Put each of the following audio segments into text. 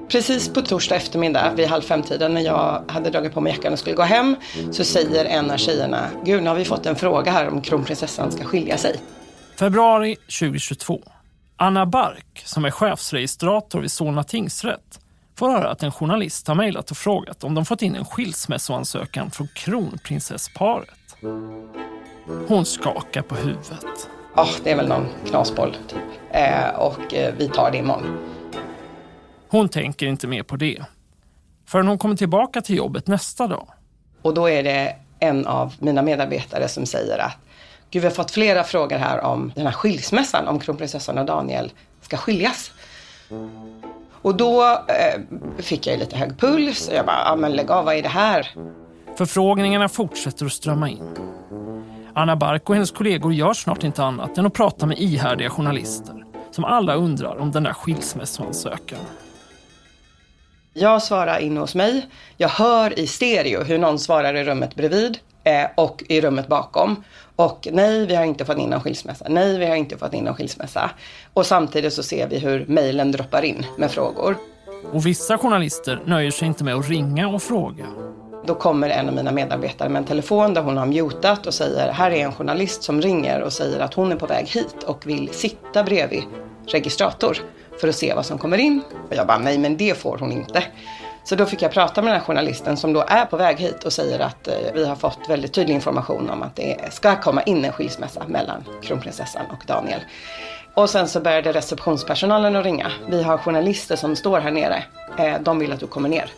Precis på torsdag eftermiddag vid 16:30 när jag hade dragit på mig jackan och skulle gå hem så säger en av tjejerna: Gud, nu har vi fått en fråga här om kronprinsessan ska skilja sig. Februari 2022. Anna Bark, som är chefsregistrator vid Solna tingsrätt, får höra att en journalist har mejlat och frågat om de fått in en skilsmässoansökan från kronprinsessparet. Hon skakar på huvudet. Ja, det är väl någon knasboll typ. Och vi tar det imorgon. Hon tänker inte mer på det. Förrän hon kommer tillbaka till jobbet nästa dag. Och då är det en av mina medarbetare som säger att Gud, vi har fått flera frågor här om den här skilsmässan, om kronprinsessan och Daniel ska skiljas. Och då fick jag lite hög puls och jag bara, ja men lägg av, vad är det här? Förfrågningarna fortsätter att strömma in. Anna Bark och hennes kollegor gör snart inte annat än att prata med ihärdiga journalister som alla undrar om den där skilsmässoansökan. Jag svarar in hos mig. Jag hör i stereo hur någon svarar i rummet bredvid och i rummet bakom. Och nej, vi har inte fått in någon skilsmässa. Nej, vi har inte fått in någon skilsmässa. Och samtidigt så ser vi hur mejlen droppar in med frågor. Och vissa journalister nöjer sig inte med att ringa och fråga. Då kommer en av mina medarbetare med en telefon där hon har mutat och säger: här är en journalist som ringer och säger att hon är på väg hit och vill sitta bredvid registrator för att se vad som kommer in. Och jag bara, nej men det får hon inte. Så då fick jag prata med den här journalisten som då är på väg hit och säger att vi har fått väldigt tydlig information om att det ska komma in en skilsmässa mellan kronprinsessan och Daniel. Och sen så började receptionspersonalen att ringa. Vi har journalister som står här nere. De vill att du kommer ner.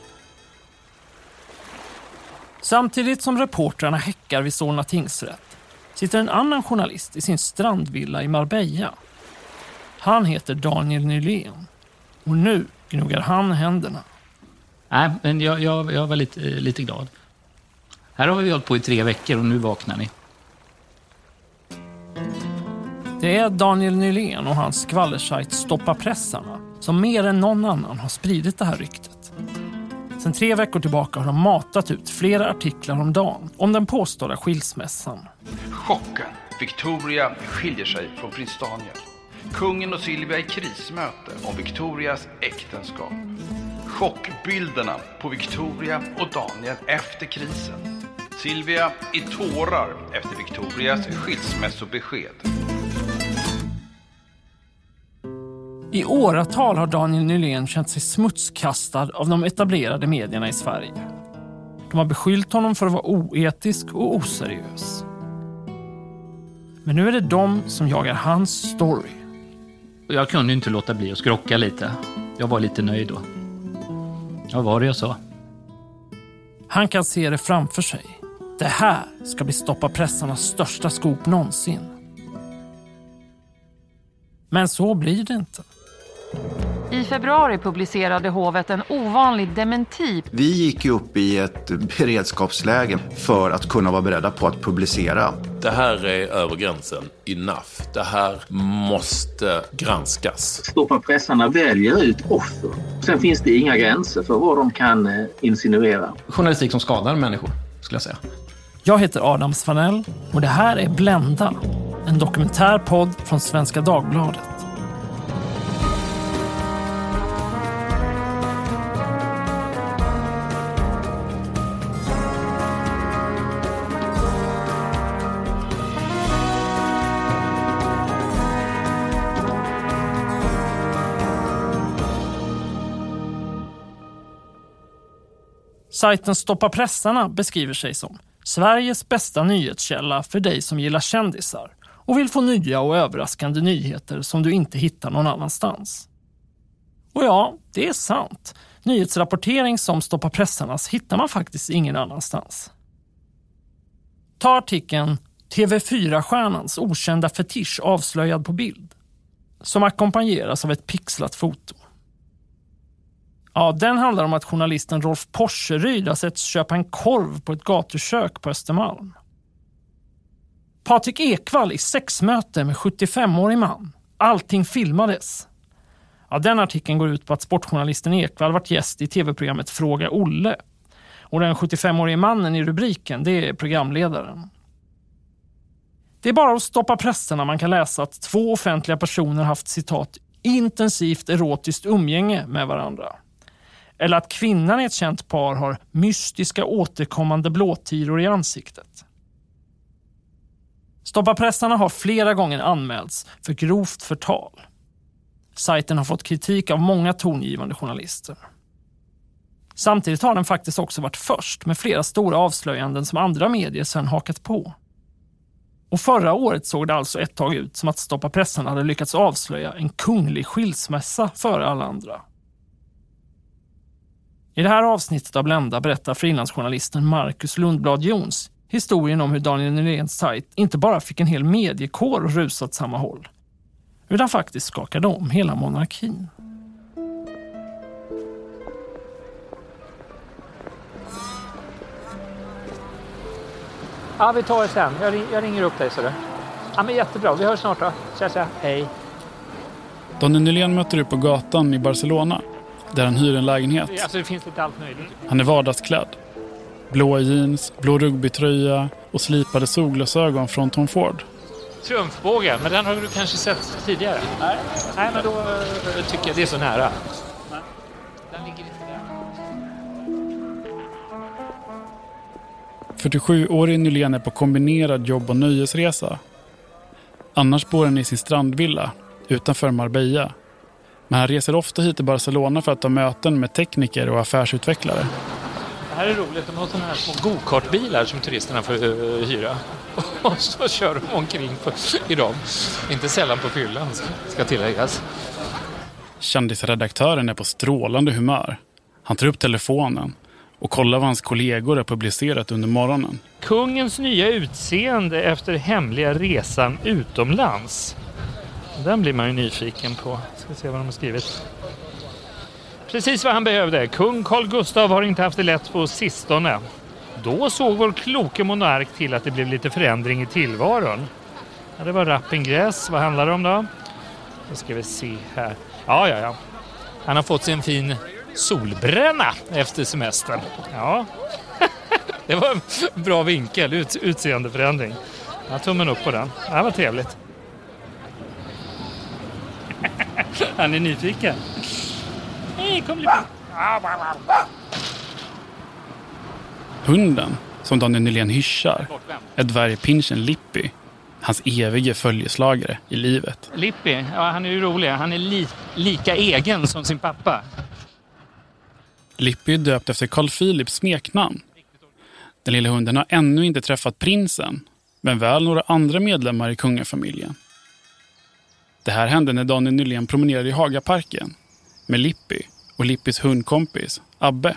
Samtidigt som reportrarna häckar vid Solna tingsrätt sitter en annan journalist i sin strandvilla i Marbella. Han heter Daniel Nylén och nu gnuggar han händerna. Nej, men jag var lite glad. Här har vi hållit på i 3 veckor och nu vaknar ni. Det är Daniel Nylén och hans skvallersajt Stoppa pressarna som mer än någon annan har spridit det här ryktet. Sen 3 veckor tillbaka har de matat ut flera artiklar om dagen om den påstådda skilsmässan. Chocken. Victoria skiljer sig från prins Daniel. Kungen och Silvia i krismöte om Victorias äktenskap. Chockbilderna på Victoria och Daniel efter krisen. Silvia i tårar efter Victorias skilsmässobesked. I åratal har Daniel Nylén känt sig smutskastad av de etablerade medierna i Sverige. De har beskyllt honom för att vara oetisk och oseriös. Men nu är det de som jagar hans story. Jag kunde inte låta bli att skrocka lite. Jag var lite nöjd då. Vad var det jag sa? Han kan se det framför sig. Det här ska bli Stoppa pressarnas största skop någonsin. Men så blir det inte. I februari publicerade hovet en ovanlig dementi. Vi gick ju upp i ett beredskapsläge för att kunna vara beredda på att publicera. Det här är över gränsen. Enough. Det här måste granskas. Stoppa pressarna väljer ut offer. Sen finns det inga gränser för vad de kan insinuera. Journalistik som skadar människor, skulle jag säga. Jag heter Adam Svanell och det här är Blända. En dokumentärpodd från Svenska Dagbladet. Sajten Stoppa pressarna beskriver sig som Sveriges bästa nyhetskälla för dig som gillar kändisar och vill få nya och överraskande nyheter som du inte hittar någon annanstans. Och ja, det är sant. Nyhetsrapportering som Stoppa pressarnas hittar man faktiskt ingen annanstans. Ta artikeln TV4-stjärnans okända fetisch avslöjad på bild, som ackompanjeras av ett pixlat foto. Ja, den handlar om att journalisten Rolf Porseryd har setts köpa en korv på ett gatukök på Östermalm. Patrik Ekwall i sexmöte med 75-årig man. Allting filmades. Ja, den artikeln går ut på att sportjournalisten Ekwall varit gäst i tv-programmet Fråga Olle. Och den 75-årige mannen i rubriken, det är programledaren. Det är bara att Stoppa pressarna man kan läsa att 2 offentliga personer haft citat intensivt erotiskt umgänge med varandra. eller att kvinnan i ett känt par har mystiska återkommande blåtiror i ansiktet. Stoppapressarna har flera gånger anmälts för grovt förtal. Sajten har fått kritik av många tongivande journalister. Samtidigt har den faktiskt också varit först med flera stora avslöjanden som andra medier sedan hakat på. Och förra året såg det alltså ett tag ut som att Stoppapressarna hade lyckats avslöja en kunglig skilsmässa före alla andra. I det här avsnittet av Blenda berättar frilansjournalisten Marcus Lundblad Jons historien om hur Daniel Nyléns sajt inte bara fick en hel mediekår att rusa åt samma håll, utan faktiskt skakade om hela monarkin. Ja, vi tar det sen. Jag ringer upp dig, så det. Ja, men jättebra. Vi hörs snart då. Tja, hej. Daniel Nylén möter upp på gatan i Barcelona, där han hyr en lägenhet. Alltså, det finns lite allt möjligt. Han är vardagsklädd. Blåa jeans, blå rugbytröja och slipade solglasögon från Tom Ford. Trumfbågen, men den har du kanske sett tidigare? Nej, men då tycker jag det är så nära. Nej. Den ligger lite där. 47-årig Nylén är på kombinerad jobb- och nöjesresa. Annars bor han i sin strandvilla utanför Marbella. Men han reser ofta hit till Barcelona för att ta möten med tekniker och affärsutvecklare. Det här är roligt, de har sådana här små go-kartbilar som turisterna får hyra. Och så kör de omkring i dem. Inte sällan på fyllan, ska tilläggas. Kändisredaktören är på strålande humör. Han tar upp telefonen och kollar vad hans kollegor har publicerat under morgonen. Kungens nya utseende efter hemliga resan utomlands. Den blir man ju nyfiken på. Ska se vad de har skrivit. Precis vad han behövde. Kung Carl Gustav har inte haft det lätt på sistone. Då såg vår kloke monark till att det blev lite förändring i tillvaron. Ja, det var rappingress. Vad handlar det om då? Då ska vi se här. Ja. Han har fått sig en fin solbränna efter semestern. Ja. Det var en bra vinkel. Utseendeförändring. Ja, tummen upp på den. Det var trevligt. Han är nyfiken. Hej, kom lite. Hunden som Daniel Nylén hyschar är dvärgpinchen Lippy, hans evige följeslagare i livet. Lippy, ja, han är ju rolig. Han är lika egen som sin pappa. Lippy är döpt efter Carl Philips smeknamn. Den lilla hunden har ännu inte träffat prinsen, men väl några andra medlemmar i kungafamiljen. Det här hände när Daniel Nylén promenerade i Hagaparken med Lippy och Lippys hundkompis Abbe.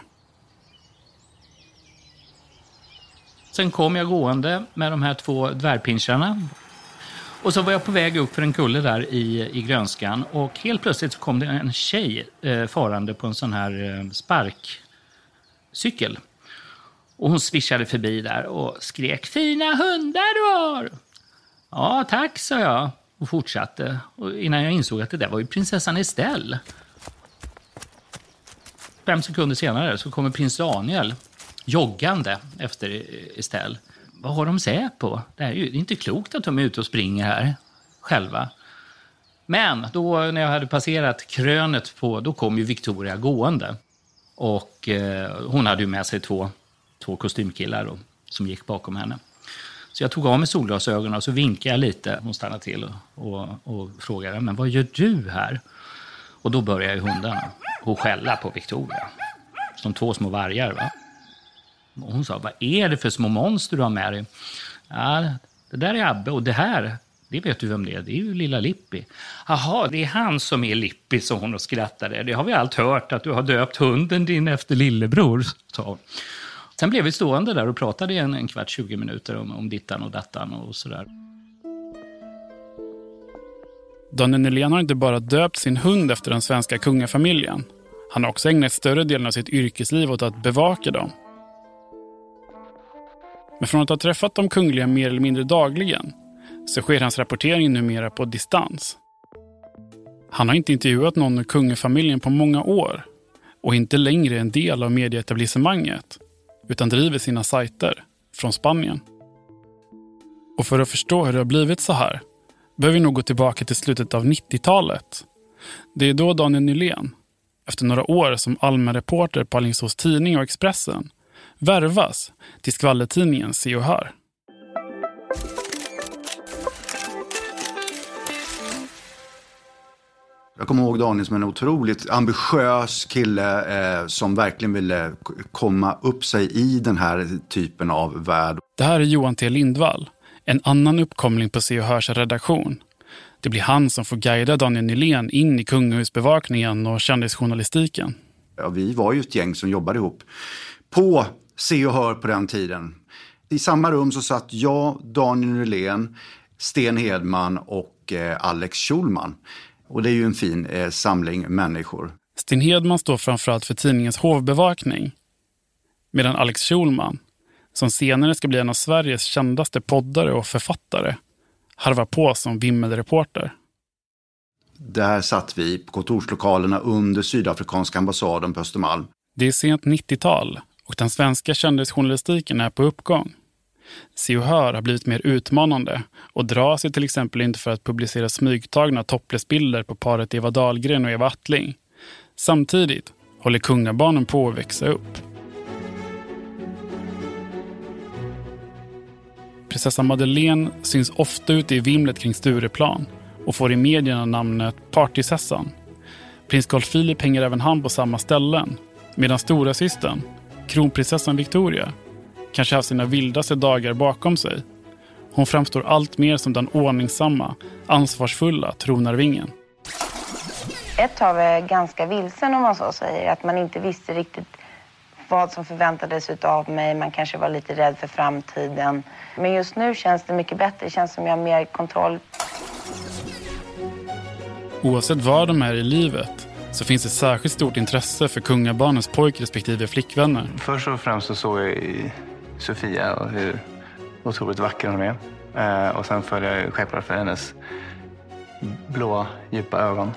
Sen kom jag gående med de här 2 dvärgpinscherna. Och så var jag på väg upp för en kulle där i grönskan. Och helt plötsligt så kom det en tjej farande på en sån här sparkcykel. Och hon svischade förbi där och skrek: "Fina hundar du har!" "Ja, tack", sa jag och fortsatte. Och innan jag insåg att det där var ju prinsessan Estelle. 5 sekunder senare så kommer prins Daniel joggande efter Estelle. Vad har de sett på? Det är ju inte klokt att de är ute och springer här själva. Men då när jag hade passerat krönet då kom ju Victoria gående. Och hon hade ju med sig två kostymkillar då, som gick bakom henne. Så jag tog av mig solglasögonen och så vinkade jag lite. Hon stannade till och frågade: "Men vad gör du här?" Och då började ju hunden och skälla på Victoria. Som 2 små vargar, va? Och hon sa: "Vad är det för små monster du har med dig?" "Ja, det där är Abbe och det här, det vet du vem det är. Det är ju lilla Lippy." "Jaha, det är han som är Lippy", sa hon och skrattade. "Det har vi allt hört, att du har döpt hunden din efter lillebror", sa hon. Sen blev vi stående där och pratade i en kvart, 20 minuter om dittan och dattan och sådär. Daniel Nylén har inte bara döpt sin hund efter den svenska kungafamiljen. Han har också ägnat större delen av sitt yrkesliv åt att bevaka dem. Men från att ha träffat de kungliga mer eller mindre dagligen så sker hans rapportering numera på distans. Han har inte intervjuat någon ur kungafamiljen på många år och inte längre en del av medieetablissemanget, utan driver sina sajter från Spanien. Och för att förstå hur det har blivit så här behöver vi nog gå tillbaka till slutet av 90-talet. Det är då Daniel Nylén, efter några år som allmänreporter på Alingsås Tidning och Expressen, värvas till skvallertidningen Se och Hör. Jag kommer ihåg Daniel som en otroligt ambitiös kille som verkligen ville komma upp sig i den här typen av värld. Det här är Johan T. Lindvall, en annan uppkomling på Se och Hörs redaktion. Det blir han som får guida Daniel Nylén in i kungahusbevakningen och kändisjournalistiken. Ja, vi var ju ett gäng som jobbade ihop på Se och Hör på den tiden. I samma rum så satt jag, Daniel Nylén, Sten Hedman och Alex Schulman. Och det är ju en fin samling människor. Sten Hedman står framförallt för tidningens hovbevakning. Medan Alex Schulman, som senare ska bli en av Sveriges kändaste poddare och författare, harvar på som vimmelreporter. Där satt vi på kontorslokalerna under Sydafrikanska ambassaden på Östermalm. Det är sent 90-tal och den svenska kändisjournalistiken är på uppgång. Se och Hör har blivit mer utmanande och drar sig till exempel inte för att publicera smygtagna topless-bilder på paret Eva Dahlgren och Eva Attling. Samtidigt håller kungabarnen på att växa upp. Prinsessan Madeleine syns ofta ute i vimlet kring Stureplan och får i medierna namnet Partysessan. Prins Carl Philip hänger även han på samma ställen, medan stora systern, kronprinsessan Victoria, kanske har sina vildaste dagar bakom sig. Hon framstår allt mer som den ordningsamma, ansvarsfulla tronarvingen. Ett tag var jag ganska vilsen om man så säger. Att man inte visste riktigt vad som förväntades av mig. Man kanske var lite rädd för framtiden. Men just nu känns det mycket bättre. Det känns som jag har mer kontroll. Oavsett vad de är i livet så finns det särskilt stort intresse för kungabarnens pojk respektive flickvänner. Först och främst så såg jag i Sofia och hur otroligt vacker hon är. Och sen följer jag självklart för hennes blå, djupa ögon.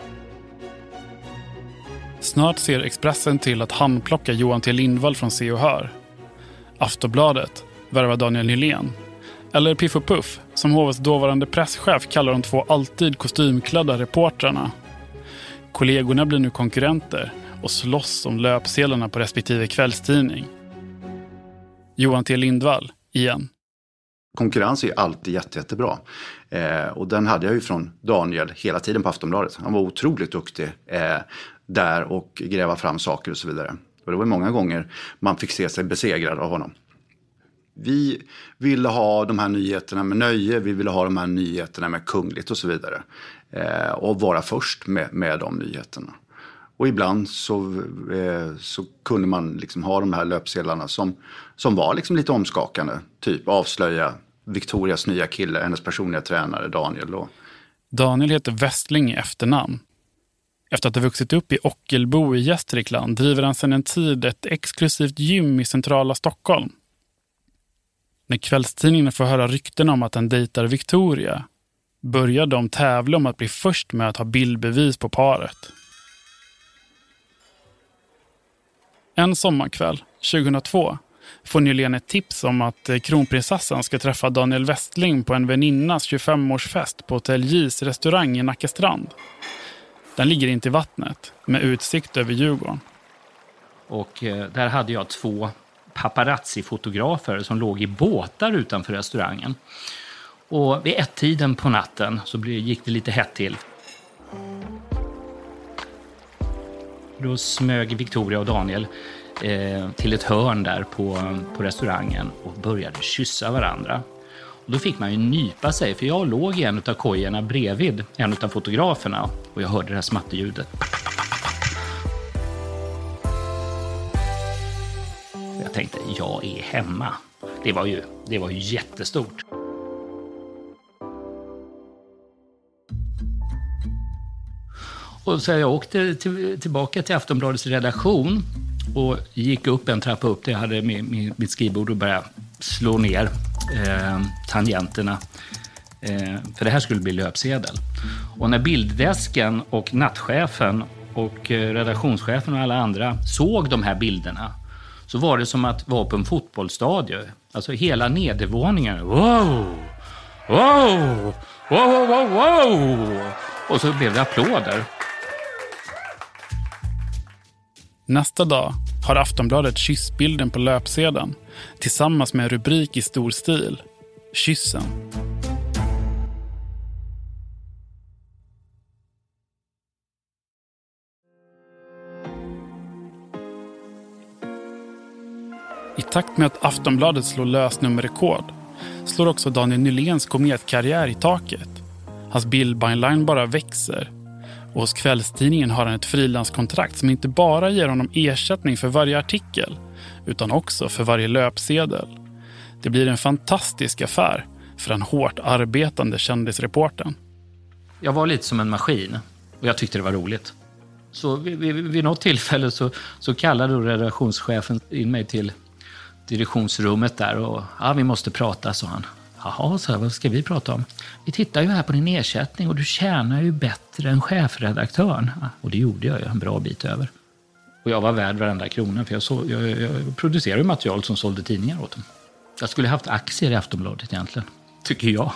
Snart ser Expressen till att handplocka Johan T. Lindvall från Se och Hör. Aftonbladet värvar Daniel Nylén. Eller Piff och Puff, som hovets dåvarande presschef kallar de två alltid kostymklädda reportrarna. Kollegorna blir nu konkurrenter och slåss om löpsedlarna på respektive kvällstidning. Johan T. Lindvall, igen. Konkurrens är alltid jättebra. Och den hade jag ju från Daniel hela tiden på Aftonbladet. Han var otroligt duktig där och gräva fram saker och så vidare. Och det var många gånger man fick se sig besegrad av honom. Vi ville ha de här nyheterna med nöje, vi ville ha de här nyheterna med kungligt och så vidare. Och vara först med de nyheterna. Och ibland så kunde man liksom ha de här löpsedlarna som var liksom lite omskakande. Typ avslöja Victorias nya kille, hennes personliga tränare Daniel. Daniel heter Westling i efternamn. Efter att ha vuxit upp i Ockelbo i Gästrikland driver han sedan en tid ett exklusivt gym i centrala Stockholm. När kvällstidningen får höra rykten om att han dejtar Victoria börjar de tävla om att bli först med att ha bildbevis på paret. En sommarkväll, 2002, får Nylén ett tips om att kronprinsessan ska träffa Daniel Westling på en väninnas 25-årsfest på Hotell J's restaurang i Nackastrand. Den ligger inte i vattnet, med utsikt över Djurgården. Och där hade jag 2 paparazzi-fotografer som låg i båtar utanför restaurangen. Och vid 1-tiden på natten så gick det lite hett till. Då smög Victoria och Daniel till ett hörn där på restaurangen och började kyssa varandra. Och då fick man ju nypa sig, för jag låg i en av kojorna bredvid en av fotograferna och jag hörde det här smatteljudet. Jag tänkte, jag är hemma. Det var ju jättestort. Och så jag åkte tillbaka till Aftonbladets redaktion och gick upp en trappa upp där jag hade mitt skrivbord och började slå ner tangenterna. För det här skulle bli löpsedel. Och när bilddesken och nattchefen och redaktionschefen och alla andra såg de här bilderna så var det som att vara på en fotbollsstadion. Alltså hela nedervåningen. Wow! Wow! Wow, wow, wow! Och så blev det applåder. Nästa dag har Aftonbladet kyssbilden på löpsedeln tillsammans med en rubrik i stor stil: Kyssen. I takt med att Aftonbladet slår lösnummerrekord slår också Daniel Nyléns kometkarriär i taket. Hans bildbyline bara växer. Och hos kvällstidningen har han ett frilanskontrakt som inte bara ger honom ersättning för varje artikel utan också för varje löpsedel. Det blir en fantastisk affär för den hårt arbetande kändisreportern. Jag var lite som en maskin och jag tyckte det var roligt. Så vid något tillfälle så kallade redaktionschefen in mig till direktionsrummet där och vi måste prata, sa han. Jaha, så här, vad ska vi prata om? Vi tittar ju här på din ersättning och du tjänar ju bättre än chefredaktören. Och det gjorde jag ju en bra bit över. Och jag var värd varenda krona för jag producerade material som sålde tidningar åt dem. Jag skulle haft aktier i Aftonbladet egentligen, tycker jag.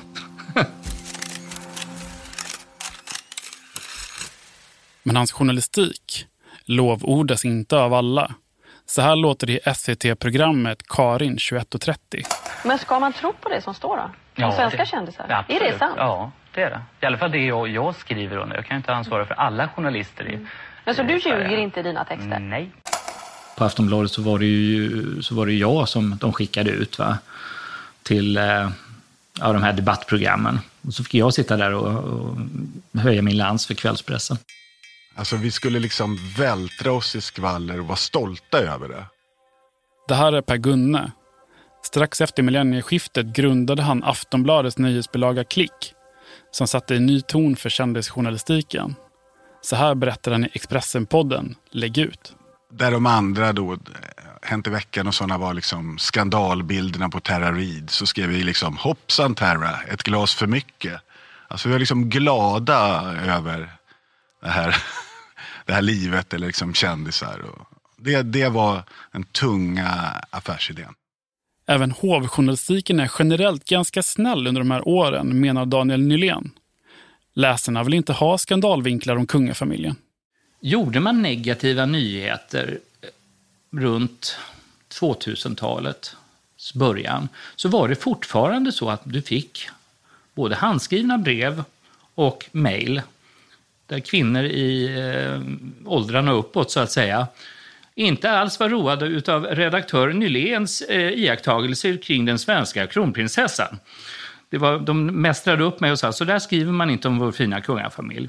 Men hans journalistik lovordas inte av alla. Så här låter det i SVT-programmet Karin 21:30. Men ska man tro på det som står då? Ja, svenska kändisar? Absolut. Är det sant? Ja, det är det. I alla fall det jag skriver under. Jag kan inte ansvara för alla journalister i Men så du ljuger inte i dina texter? Nej. På Aftonbladet så var det jag som de skickade ut till de här debattprogrammen. Och så fick jag sitta där och höja min lans för kvällspressen. Alltså vi skulle liksom vältra oss i skvaller och vara stolta över det. Det här är Per Gunne. Strax efter millennieskiftet grundade han Aftonbladets nyhetsbilaga Klick, som satte en ny ton för kändisjournalistiken. Så här berättar han i Expressen-podden Lägg ut. Där de andra då, Hänt i veckan och sådana var liksom skandalbilderna på Tara Reid, så skrev vi liksom hoppsan Tara, ett glas för mycket. Alltså vi var liksom glada över det här livet eller liksom kändisar. Och det var den tunga affärsidén. Även hovjournalistiken är generellt ganska snäll under de här åren, menar Daniel Nylén. Läsarna vill inte ha skandalvinklar om kungafamiljen. Gjorde man negativa nyheter runt 2000-talets början så var det fortfarande så att du fick både handskrivna brev och mejl där kvinnor i åldrarna uppåt så att säga inte alls var roade utav redaktör Nyléns iakttagelser kring den svenska kronprinsessan. De mästrade upp mig och sa så där skriver man inte om vår fina kungafamilj.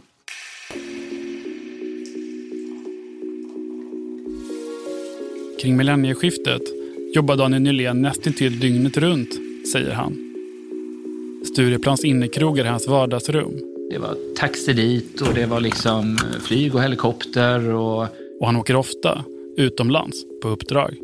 Kring millennieskiftet jobbar Daniel Nylén nästan till dygnet runt, säger han. Stureplans innekrogar i hans vardagsrum. Det var taxi dit och det var liksom flyg och helikopter. Och han åker ofta utomlands på uppdrag.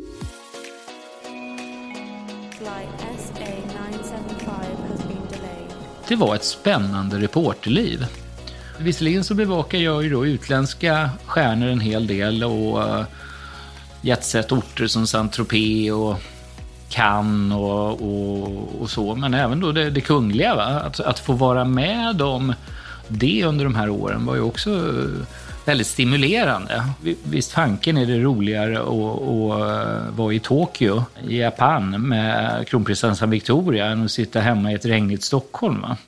Det var ett spännande reporterliv. Visserligen så bevakar jag ju då utländska stjärnor en hel del och jetset-orter som Saint-Tropez och Cannes och så. Men även då det kungliga, va? Att få vara med om det under de här åren var ju också väldigt stimulerande. Visst fanken är det roligare att vara i Tokyo, i Japan med kronprinsessan Victoria än att sitta hemma i ett regnigt Stockholm, va?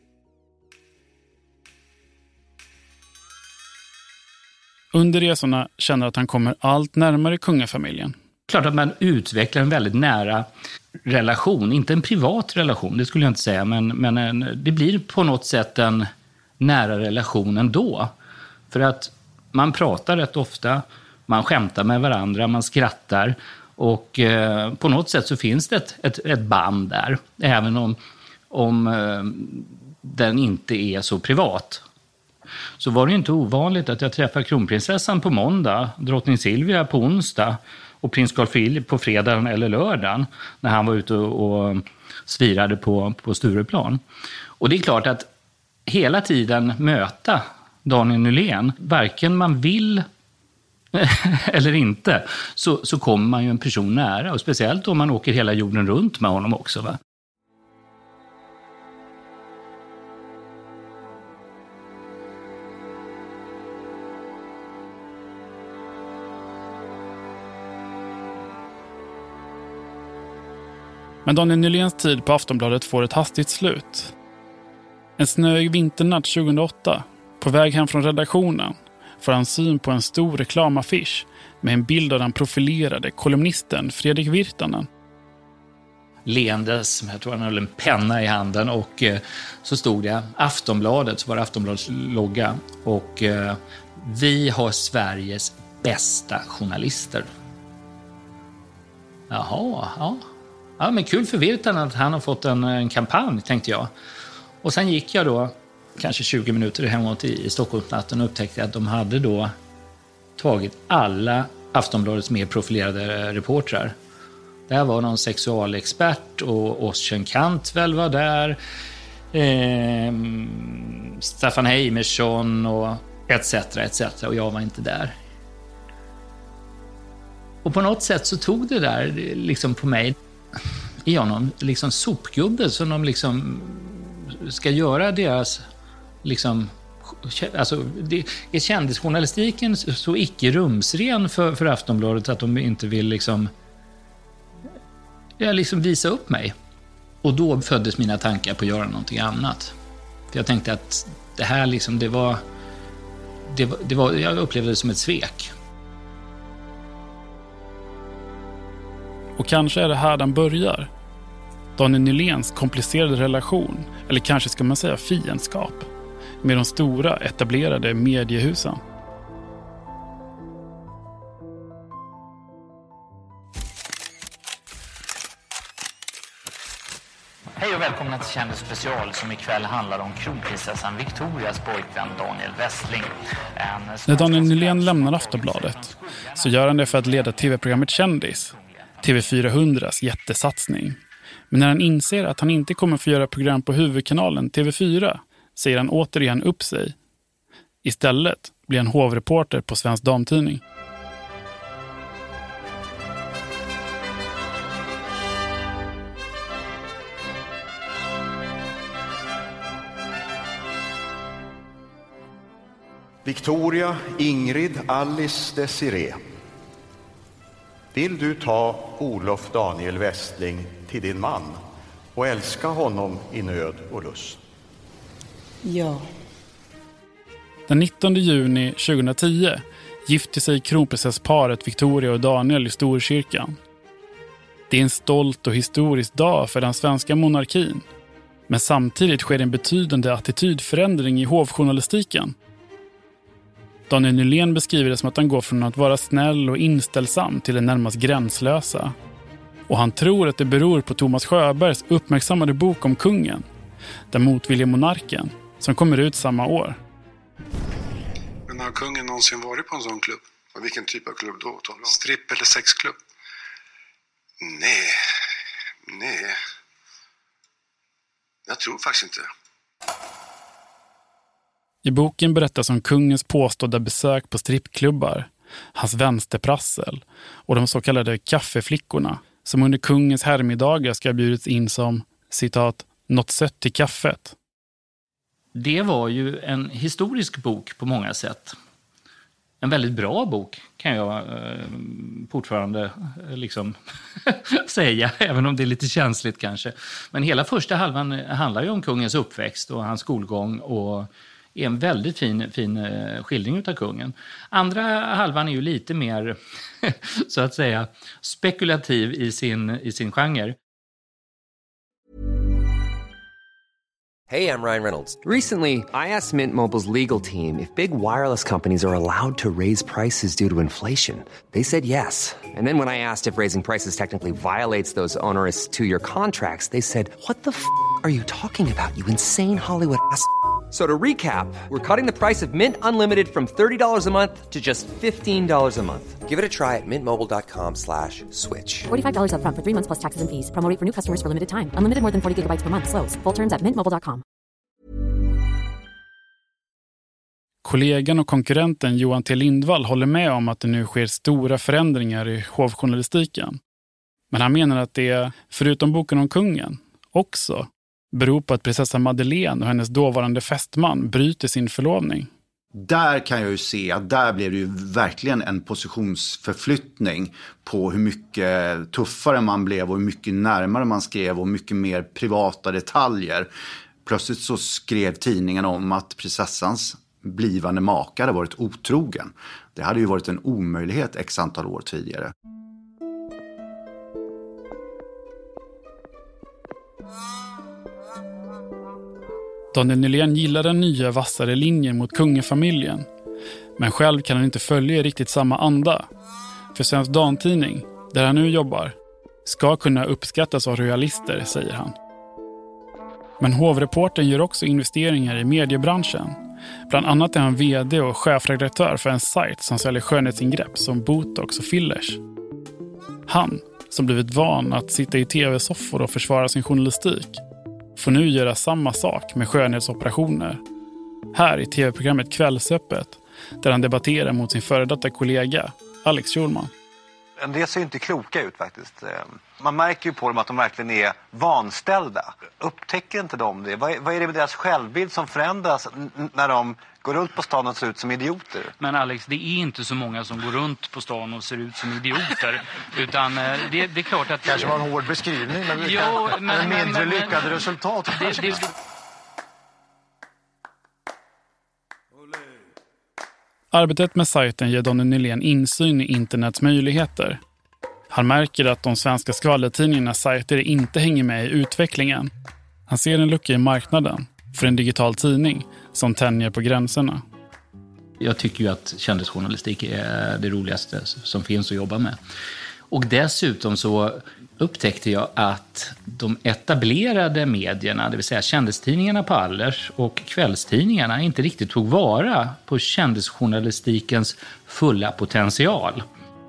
Under resorna känner att han kommer allt närmare kungafamiljen. Klart att man utvecklar en väldigt nära relation. Inte en privat relation, det skulle jag inte säga. Men det blir på något sätt en nära relation ändå. För att man pratar rätt ofta, man skämtar med varandra, man skrattar. Och på något sätt så finns det ett band där. Även om den inte är så privat. Så var det inte ovanligt att jag träffade kronprinsessan på måndag, drottning Silvia på onsdag och prins Carl Philip på fredagen eller lördagen när han var ute och svirade på Stureplan. Och det är klart att hela tiden möta Daniel Nylén, varken man vill eller inte, så kommer man ju en person nära. Och speciellt om man åker hela jorden runt med honom också, va? Men Daniel Nyléns tid på Aftonbladet får ett hastigt slut. En snöig vinternatt 2008, på väg hem från redaktionen, får han syn på en stor reklamaffisch med en bild av den profilerade kolumnisten Fredrik Virtanen. Leendes, jag tror han höll en penna i handen, och så stod det Aftonbladet, så var det Aftonbladets logga, och vi har Sveriges bästa journalister. Jaha, ja, men kul för Virtanen att han har fått en kampanj, tänkte jag. Och sen gick jag då kanske 20 minuter hemåt i Stockholmsnatten och upptäckte att de hade då tagit alla Aftonbladets mer profilerade reportrar. Där var någon sexualexpert och Ossian Cantwell var där. Staffan Heimersson och etc. Och jag var inte där. Och på något sätt så tog det där liksom på mig. Är jag någon liksom sopgubbe som de liksom ska göra deras liksom, alltså är kändisjournalistiken så icke rumsren för Aftonbladet att de inte vill liksom visa upp mig. Och då föddes mina tankar på att göra någonting annat. För jag tänkte att det här liksom, det var jag upplevde det som ett svek. Och kanske är det här den börjar. Daniel Nyléns komplicerade relation, eller kanske ska man säga fiendskap, med de stora etablerade mediehusen. Hej och välkomna till Kändis special som ikväll handlar om kronprinsessan Victorias pojkvän Daniel Westling. När Daniel Nylén lämnar Aftonbladet så gör han det för att leda tv-programmet Kändis, TV400s jättesatsning. Men när han inser att han inte kommer få göra program på huvudkanalen TV4 säger han återigen upp sig. Istället blir han hovreporter på Svensk Damtidning. Victoria, Ingrid, Alice, Desiree. Vill du ta Olof Daniel Westling till din man och älska honom i nöd och lust? Ja. Den 19 juni 2010 gifte sig kronprinsessparet Victoria och Daniel i Storkyrkan. Det är en stolt och historisk dag för den svenska monarkin. Men samtidigt sker en betydande attitydförändring i hovjournalistiken. Daniel Nylén beskriver det som att han går från att vara snäll och inställsam till det närmast gränslösa. Och han tror att det beror på Thomas Sjöbergs uppmärksammade bok om kungen, Den motvilliga monarken, som kommer ut samma år. Men har kungen någonsin varit på en sån klubb? Och vilken typ av klubb då? Stripp- eller sexklubb? Nej. Jag tror faktiskt inte. I boken berättas om kungens påstådda besök på strippklubbar, hans vänsterprassel och de så kallade kaffeflickorna som under kungens herrmiddagar ska ha bjudits in som, citat, något sött till kaffet. Det var ju en historisk bok på många sätt. En väldigt bra bok kan jag fortfarande liksom säga, även om det är lite känsligt kanske. Men hela första halvan handlar ju om kungens uppväxt och hans skolgång och är en väldigt fin skildring utav kungen. Andra halvan är ju lite mer så att säga spekulativ i sin genre. Hey, I'm Ryan Reynolds. Recently, I asked Mint Mobile's legal team if big wireless companies are allowed to raise prices due to inflation. They said yes. And then when I asked if raising prices technically violates those onerous two-year contracts, they said, what the f*** are you talking about, you insane Hollywood ass? So to recap, we're cutting the price of Mint Unlimited from $30 a month to just $15 a month. Give it a try at mintmobile.com/switch. $45 up front for 3 months plus taxes and fees. Promo rate for new customers for limited time. Unlimited more than 40 gigabytes per month. Slows full terms at mintmobile.com. Kollegan och konkurrenten Johan T. Lindvall håller med om att det nu sker stora förändringar i hovjournalistiken. Men han menar att det, förutom boken om kungen, också beror på att prinsessa Madeleine och hennes dåvarande fästman bryter sin förlovning. Där kan jag ju se att där blev det ju verkligen en positionsförflyttning på hur mycket tuffare man blev och hur mycket närmare man skrev och mycket mer privata detaljer. Plötsligt så skrev tidningen om att prinsessans blivande makare varit otrogen. Det hade ju varit en omöjlighet x antal år tidigare. Daniel Nylén gillar den nya vassare linjen mot kungafamiljen. Men själv kan han inte följa i riktigt samma anda. För Svensk Damtidning, där han nu jobbar, ska kunna uppskattas av royalister, säger han. Men hovreportern gör också investeringar i mediebranschen. Bland annat är han vd och chefredaktör för en sajt som säljer skönhetsingrepp som botox och fillers. Han, som blivit van att sitta i tv-soffor och försvara sin journalistik, får nu göra samma sak med skönhetsoperationer. Här i tv-programmet Kvällsöppet, där han debatterar mot sin före detta kollega Alex Schulman. En del ser inte kloka ut faktiskt. Man märker ju på dem att de verkligen är vanställda. Upptäcker inte de det? Vad är det med deras självbild som förändras när de går runt på stan och ser ut som idioter? Men Alex, det är inte så många som går runt på stan och ser ut som idioter. Utan det är klart att... Kanske var en hård beskrivning, men mindre lyckade resultat. Arbetet med sajten ger Daniel Nylén insyn i internets möjligheter. Han märker att de svenska skvallertidningarnas sajter inte hänger med i utvecklingen. Han ser en lucka i marknaden för en digital tidning som tänjer på gränserna. Jag tycker ju att kändisjournalistik är det roligaste som finns att jobba med. Och dessutom så upptäckte jag att de etablerade medierna, det vill säga kändistidningarna på Allers och kvällstidningarna, inte riktigt tog vara på kändisjournalistikens fulla potential.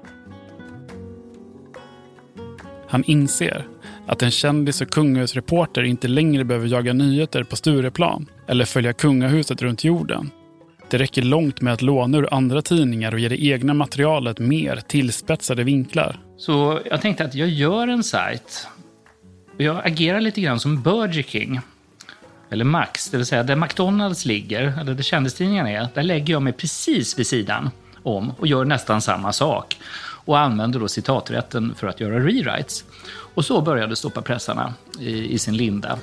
Han inser att en kändis- och kungahusreporter inte längre behöver jaga nyheter på Stureplan eller följa kungahuset runt jorden. Det räcker långt med att låna ur andra tidningar och ge det egna materialet mer tillspetsade vinklar. Så jag tänkte att jag gör en sajt. Jag agerar lite grann som Burger King. Eller Max, det vill säga där McDonalds ligger, eller där kändistidningarna är. Där lägger jag mig precis vid sidan om och gör nästan samma sak. Och använder då citaträtten för att göra rewrites. Och så började Stoppa pressarna i sin linda.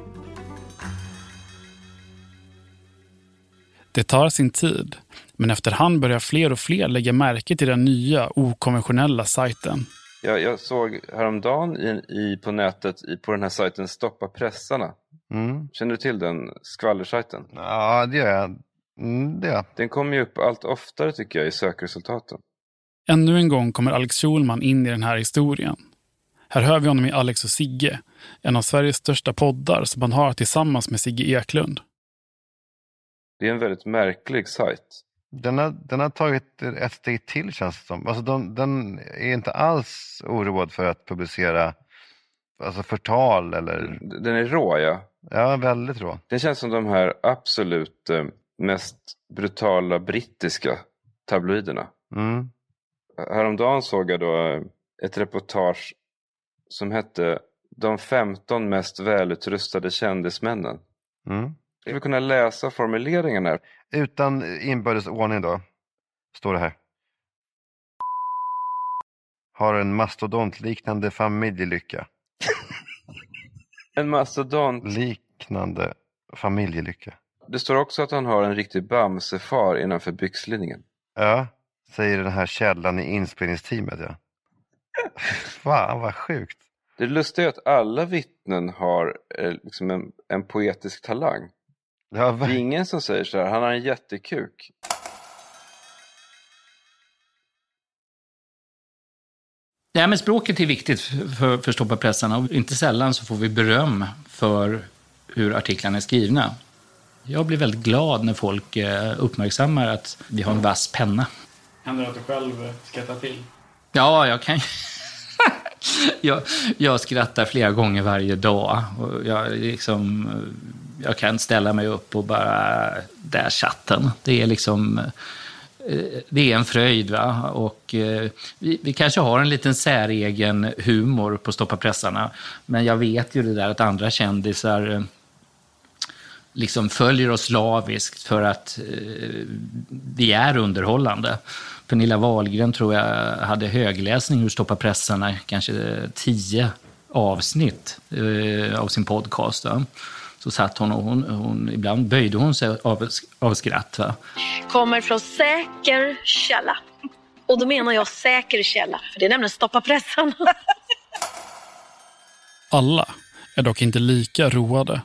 Det tar sin tid, men efterhand börjar fler och fler lägga märke till den nya, okonventionella sajten. Jag såg häromdagen på nätet på den här sajten Stoppa pressarna. Känner du till den skvallersajten? Ja, det gör jag. Det. Den kommer ju upp allt oftare tycker jag i sökresultaten. Ännu en gång kommer Alex Schulman in i den här historien. Här hör vi honom i Alex och Sigge, en av Sveriges största poddar som han har tillsammans med Sigge Eklund. Det är en väldigt märklig sajt. Den har tagit ett steg till, känns det som. Alltså den är inte alls oroad för att publicera förtal eller... Den är rå, ja. Ja, väldigt rå. Det känns som de här absolut mest brutala brittiska tabloiderna. Häromdagen såg jag då ett reportage som hette De 15 mest välutrustade kändismännen. Jag vill kunna läsa formuleringarna här. Utan inbördes ordning då, står det här. Har en mastodontliknande familjelycka. En mastodontliknande familjelycka. Det står också att han har en riktig bamsefar innanför byxlinningen. Ja, säger den här källan i inspelningsteamet, ja. Fan, vad sjukt. Det lustiga är att alla vittnen har liksom en poetisk talang. Ja, det är ingen som säger så här, han har en jättekuk. Ja, men språket är viktigt för Stoppa pressarna och inte sällan så får vi beröm för hur artiklarna är skrivna. Jag blir väldigt glad när folk uppmärksammar att vi har en vass penna. Händer det att du själv skrattar till? Ja, jag kan jag skrattar flera gånger varje dag och jag kan ställa mig upp och bara där chatten. Det är liksom det är en fröjd, va? Och vi kanske har en liten säregen humor på Stoppa pressarna, men jag vet ju det där att andra kändisar liksom följer oss slaviskt för att vi är underhållande. Pernilla Wahlgren tror jag hade högläsning ur Stoppa pressarna, kanske 10 avsnitt av sin podcast. Va? Så satt hon och hon ibland böjde hon sig av skratt. Va? Kommer från säker källa. Och då menar jag säker källa, för det är nämligen Stoppa pressarna. Alla är dock inte lika roade.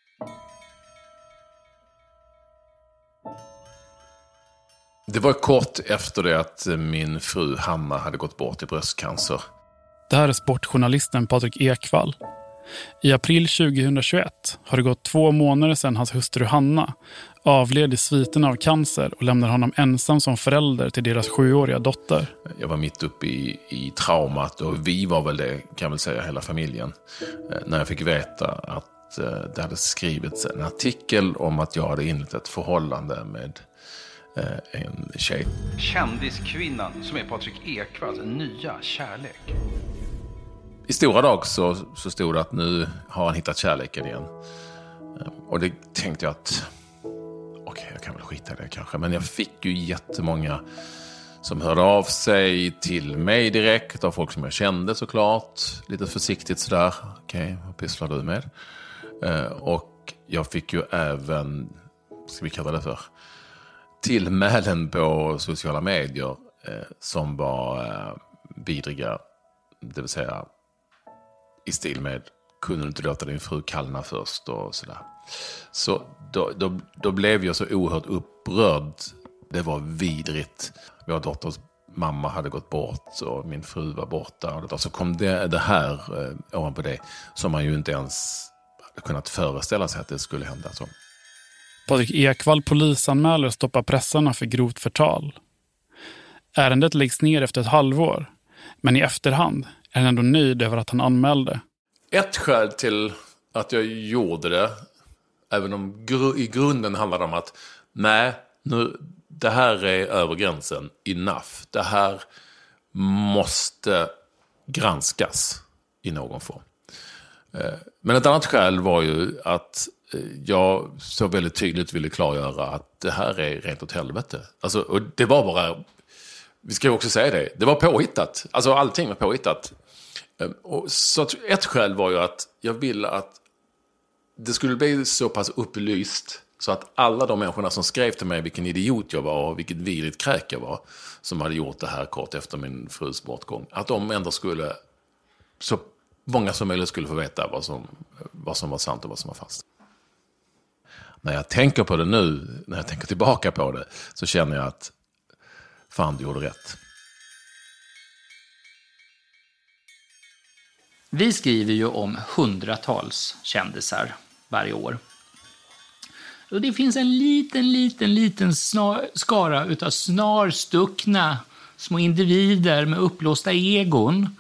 Det var kort efter det att min fru Hanna hade gått bort i bröstcancer. Det här är sportjournalisten Patrik Ekwall. I april 2021 har det gått 2 månader sedan hans hustru Hanna avled i sviten av cancer och lämnar honom ensam som förälder till deras 7-åriga dotter. Jag var mitt uppe i traumat och vi var väl det, kan jag väl säga, hela familjen. När jag fick veta att det hade skrivits en artikel om att jag hade inlett ett förhållande med en tjej. Kändiskvinnan som är Patrik Ekvalls nya kärlek. I stora dag så stod det att nu har han hittat kärleken igen. Och det tänkte jag att okej, jag kan väl skita i det kanske. Men jag fick ju jättemånga som hörde av sig till mig direkt. Av folk som jag kände såklart. Lite försiktigt sådär. Okej, vad pysslar du med? Och jag fick ju även, ska vi kalla det för, tillmälen på sociala medier som var vidriga. Det vill säga i stil med, kunde du inte låta din fru kallna först och sådär. Så då blev jag så oerhört upprörd. Det var vidrigt. Vår dotters mamma hade gått bort och min fru var borta. Och så kom det här ovanpå det som man ju inte ens hade kunnat föreställa sig att det skulle hända. Så. Patrik Ekwall polisanmäler Stoppa pressarna för grovt förtal. Ärendet läggs ner efter ett halvår, men i efterhand är han ändå nöjd över att han anmälde. Ett skäl till att jag gjorde det, även om i grunden handlar det om att nej, nu, det här är över gränsen, enough. Det här måste granskas i någon form. Men ett annat skäl var ju att jag så väldigt tydligt ville klargöra att det här är rent åt helvete. Alltså, och det var bara, vi ska ju också säga det var påhittat. Alltså allting var påhittat. Och så ett skäl var ju att jag ville att det skulle bli så pass upplyst så att alla de människorna som skrev till mig vilken idiot jag var och vilket vidrigt kräk jag var, som hade gjort det här kort efter min frus bortgång, att de ändå skulle, så många som möjligt skulle få veta vad som var sant och vad som var fast. När jag tänker på det nu, när jag tänker tillbaka på det, så känner jag att fan, du gjorde rätt. Vi skriver ju om hundratals kändisar varje år. Och det finns en liten skara utav snarstuckna små individer med upplåsta egon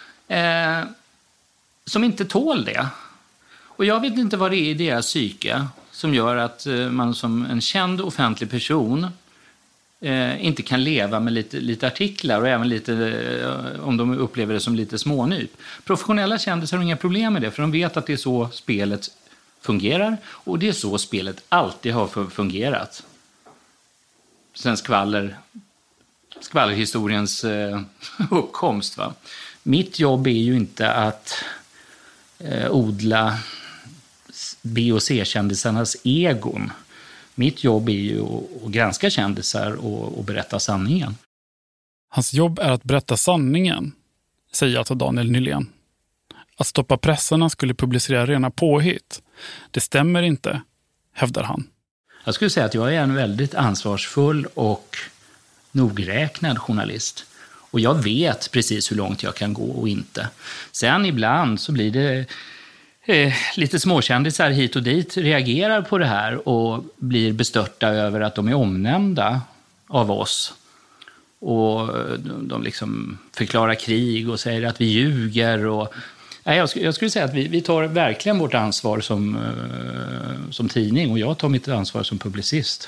som inte tål det. Och jag vet inte vad det är i deras psyke som gör att man som en känd offentlig person inte kan leva med lite artiklar och även lite, om de upplever det som lite smånyp. Professionella kändisar har inga problem med det, för de vet att det är så spelet fungerar och det är så spelet alltid har fungerat. Sen skvallerhistoriens uppkomst. Va? Mitt jobb är ju inte att odla B- och C-kändisarnas egon. Mitt jobb är ju att granska kändisar och berätta sanningen. Hans jobb är att berätta sanningen, säger alltså Daniel Nylén. Att Stoppa pressarna skulle publicera rena påhitt, det stämmer inte, hävdar han. Jag skulle säga att jag är en väldigt ansvarsfull och nogräknad journalist. Och jag vet precis hur långt jag kan gå och inte. Sen ibland så blir det lite småkändisar hit och dit reagerar på det här och blir bestörta över att de är omnämnda av oss. Och de liksom förklarar krig och säger att vi ljuger. Och jag skulle säga att vi tar verkligen vårt ansvar som tidning och jag tar mitt ansvar som publicist.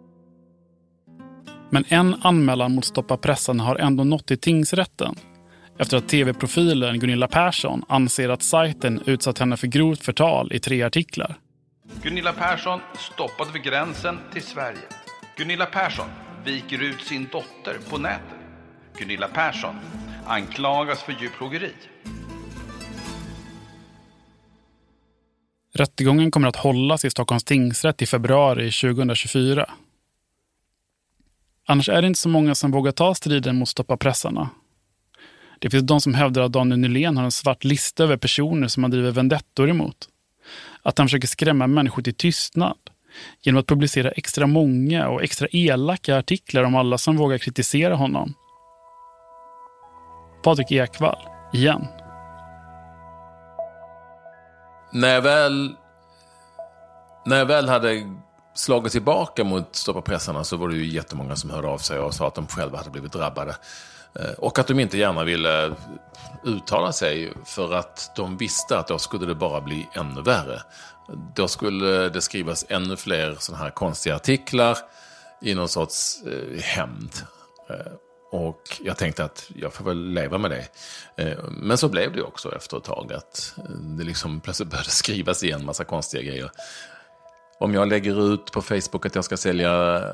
Men en anmälan mot Stoppa pressarna har ändå nått i tingsrätten. efter att tv-profilen Gunilla Persson anser att sajten utsatt henne för grovt förtal i 3 artiklar. Gunilla Persson stoppad vid gränsen till Sverige. Gunilla Persson viker ut sin dotter på nätet. Gunilla Persson anklagas för djurplågeri. Rättegången kommer att hållas i Stockholms tingsrätt i februari 2024. Annars är det inte så många som vågar ta striden mot Stoppa pressarna. Det finns de som hävdar att Daniel Nylén har en svart lista över personer som han driver vendettor emot. Att han försöker skrämma människor till tystnad genom att publicera extra många och extra elaka artiklar om alla som vågar kritisera honom. Patrik Ekwall, igen. När jag väl hade slagit tillbaka mot Stoppa pressarna så var det ju jättemånga som hörde av sig och sa att de själva hade blivit drabbade. Och att de inte gärna ville uttala sig för att de visste att då skulle det bara bli ännu värre. Då skulle det skrivas ännu fler sådana här konstiga artiklar i någon sorts hämnd. Och jag tänkte att jag får väl leva med det. Men så blev det också efter ett tag att det liksom plötsligt började skrivas igen massa konstiga grejer. Om jag lägger ut på Facebook att jag ska sälja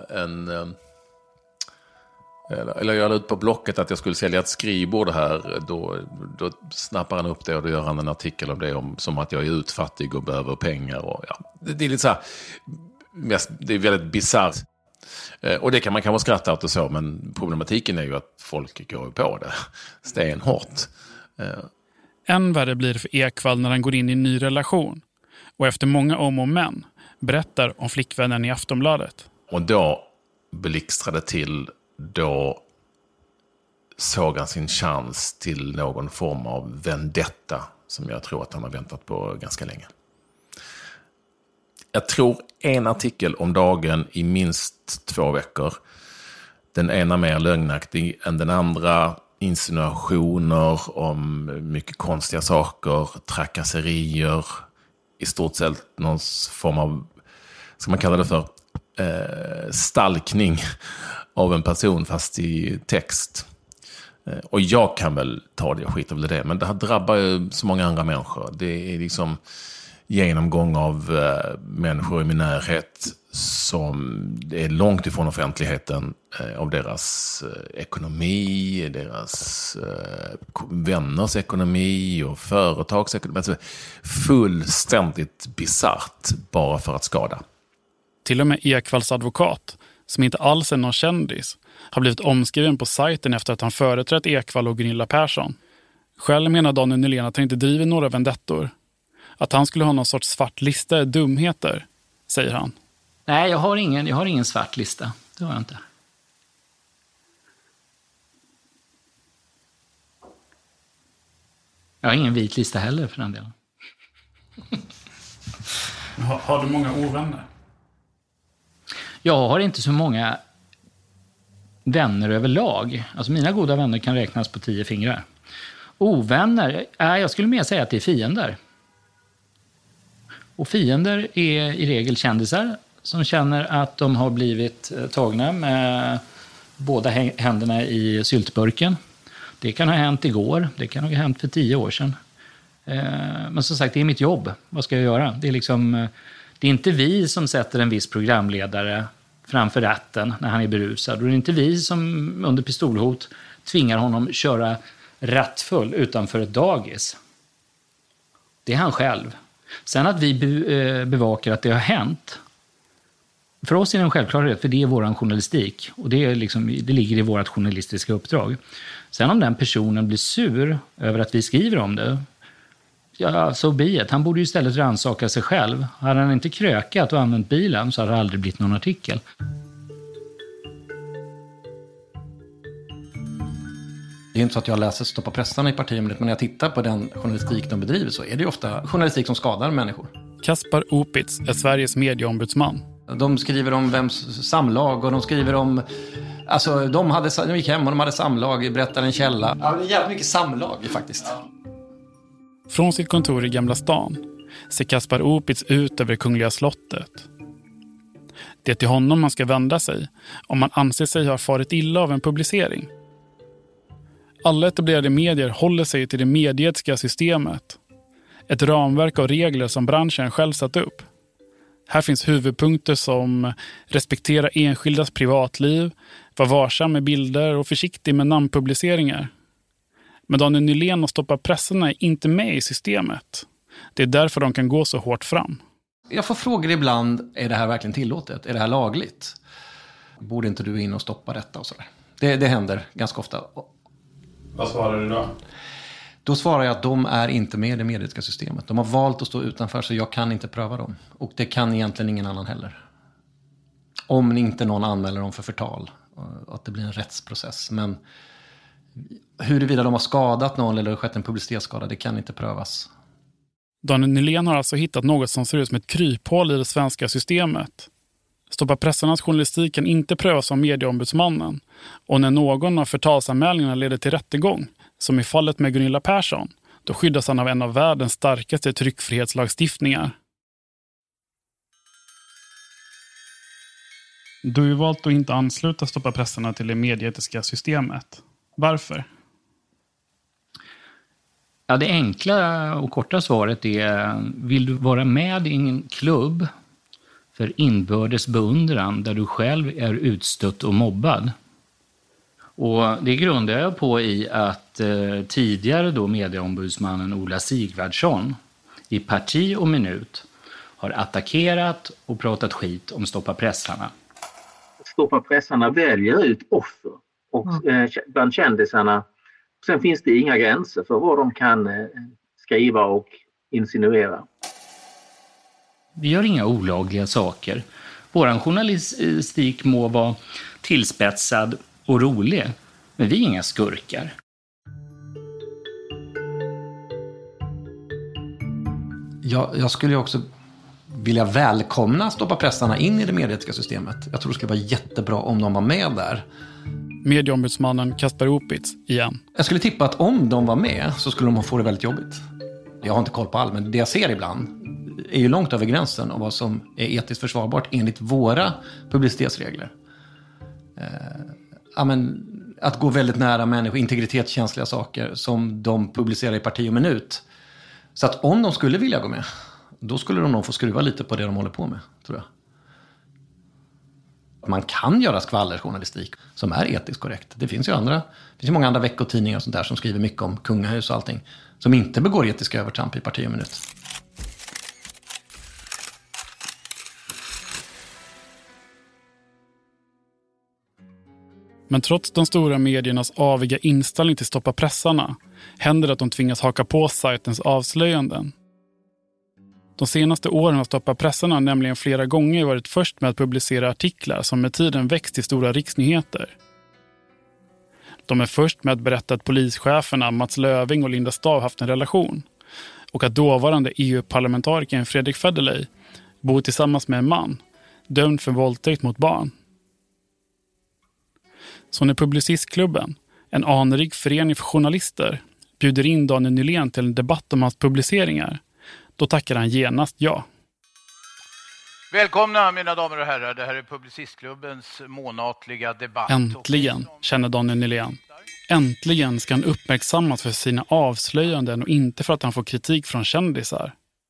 eller jag la ut på Blocket att jag skulle sälja ett skrivbord här, då snappar han upp det och då gör han en artikel om det som att jag är utfattig och behöver pengar. Och ja, det är lite så här, det är väldigt bizarrt. Och det kan man kanske skratta åt och så, men problematiken är ju att folk går på det stenhårt. Än värre blir det för Ekwall när han går in i en ny relation och efter många om och men berättar om flickvännen i Aftonbladet. Och då blixtrade till, då såg han sin chans till någon form av vendetta som jag tror att han har väntat på ganska länge. Jag tror en artikel om dagen i minst 2 veckor. Den ena mer lögnaktig än den andra. Insinuationer om mycket konstiga saker, trakasserier, i stort sett någon form av, ska man kalla det för, stalkning av en person fast i text. Och jag kan väl ta det och skita väl det, men det här drabbar ju så många andra människor. Det är liksom genomgång av människor i min närhet som är långt ifrån offentligheten, av deras ekonomi, deras vänners ekonomi och företagsekonomi. Alltså, fullständigt bizarrt bara för att skada. Till och med Ekvalls advokat, som inte alls är någon kändis, har blivit omskriven på sajten efter att han företrätt Ekwall och Gunilla Persson. Själv menar Daniel Nylén att han inte driver några vendettor. Att han skulle ha någon sorts svart lista är dumheter, säger han. Nej, jag har ingen svart lista. Det har jag inte. Jag har ingen vit lista heller för den delen. Har du många ovänner? Jag har inte så många vänner överlag. Alltså mina goda vänner kan räknas på 10 fingrar. Ovänner, jag skulle mer säga att det är fiender. Och fiender är i regel kändisar som känner att de har blivit tagna med båda händerna i syltburken. Det kan ha hänt igår, det kan ha hänt för 10 år sedan. Men som sagt, det är mitt jobb. Vad ska jag göra? Det är inte vi som sätter en viss programledare framför rätten när han är berusad. Och det är inte vi som under pistolhot tvingar honom köra rattfull utanför ett dagis. Det är han själv. Sen att vi bevakar att det har hänt. För oss är det en självklarhet, för det är vår journalistik. Och det ligger i vårt journalistiska uppdrag. Sen om den personen blir sur över att vi skriver om det, ja, så be it. Han borde ju istället rannsaka sig själv. Hade han inte krökat och använt bilen så hade det aldrig blivit någon artikel. Det är inte så att jag läser Stoppa pressarna i partiämnet, men när jag tittar på den journalistik de bedriver så är det ju ofta journalistik som skadar människor. Kaspar Opitz är Sveriges medieombudsman. De skriver om vems samlag och de skriver om... Alltså, de gick hem och de hade samlag, berättar en källa. Ja, det är jävligt mycket samlag faktiskt. Ja. Från sitt kontor i Gamla stan ser Kaspar Opitz ut över Kungliga slottet. Det är till honom man ska vända sig om man anser sig ha farit illa av en publicering. Alla etablerade medier håller sig till det medieetiska systemet. Ett ramverk av regler som branschen själv satt upp. Här finns huvudpunkter som respektera enskildas privatliv, vara varsam med bilder och försiktig med namnpubliceringar. Men Daniel Nylén och Stoppa pressarna är inte med i systemet. Det är därför de kan gå så hårt fram. Jag får frågor ibland, är det här verkligen tillåtet? Är det här lagligt? Borde inte du in och stoppa detta och sådär? Det händer ganska ofta. Vad svarar du då? Då svarar jag att de är inte med i det medietiska systemet. De har valt att stå utanför, så jag kan inte pröva dem. Och det kan egentligen ingen annan heller. Om inte någon anmäler dem för förtal. Och att det blir en rättsprocess. Men huruvida de har skadat någon eller skett en publicitetsskada, det kan inte prövas. Daniel Nylén har alltså hittat något som ser ut som ett kryphål i det svenska systemet. Stoppa pressarnas journalistik kan inte prövas av medieombudsmannen. Och när någon av förtalsanmälningarna leder till rättegång, som i fallet med Gunilla Persson, då skyddas han av en av världens starkaste tryckfrihetslagstiftningar. Du har ju valt att inte ansluta Stoppa pressarna till det medieetiska systemet. Varför? Ja, det enkla och korta svaret är: vill du vara med i en klubb för inbördes beundran där du själv är utstött och mobbad? Och det grundar jag på i att tidigare då medieombudsmannen Ola Sigvardsson i Parti och Minut har attackerat och pratat skit om Stoppa pressarna. Stoppa pressarna väljer ut offer och bland kändisarna. Sen finns det inga gränser för vad de kan skriva och insinuera. Vi gör inga olagliga saker. Våran journalistik må vara tillspetsad och rolig, men vi är inga skurkar. Jag skulle ju också vilja välkomna Stoppa pressarna in i det medietiska systemet. Jag tror det skulle vara jättebra om de var med där. Medieombudsmannen Kasper Opitz igen. Jag skulle tippa att om de var med så skulle de få det väldigt jobbigt. Jag har inte koll på allt, men det jag ser ibland är ju långt över gränsen av vad som är etiskt försvarbart enligt våra publicitetsregler. Att gå väldigt nära människor, integritetskänsliga saker som de publicerar i Parti och Minut. Så att om de skulle vilja gå med, då skulle de nog få skruva lite på det de håller på med, tror jag. Man kan göra skvallerjournalistik som är etiskt korrekt. Det finns ju många andra veckotidningar och sånt där som skriver mycket om kungahus och allting, som inte begår etiska övertramp i Parti och Minut. Men trots de stora mediernas aviga inställning till Stoppa pressarna händer det att de tvingas haka på sajtens avslöjanden. De senaste åren har Stoppa pressarna nämligen flera gånger varit först med att publicera artiklar som med tiden växt till stora riksnyheter. De är först med att berätta att polischeferna Mats Löfving och Linda Stav haft en relation och att dåvarande EU-parlamentarikern Fredrik Federley bor tillsammans med en man dömd för våldtäkt mot barn. Så när Publicistklubben, en anrik förening för journalister, bjuder in Daniel Nylén till en debatt om hans publiceringar, då tackar han genast ja. Välkomna mina damer och herrar, det här är Publicistklubbens månatliga debatt. Äntligen, känner Daniel Nylén. Äntligen ska han uppmärksammas för sina avslöjanden och inte för att han får kritik från kändisar.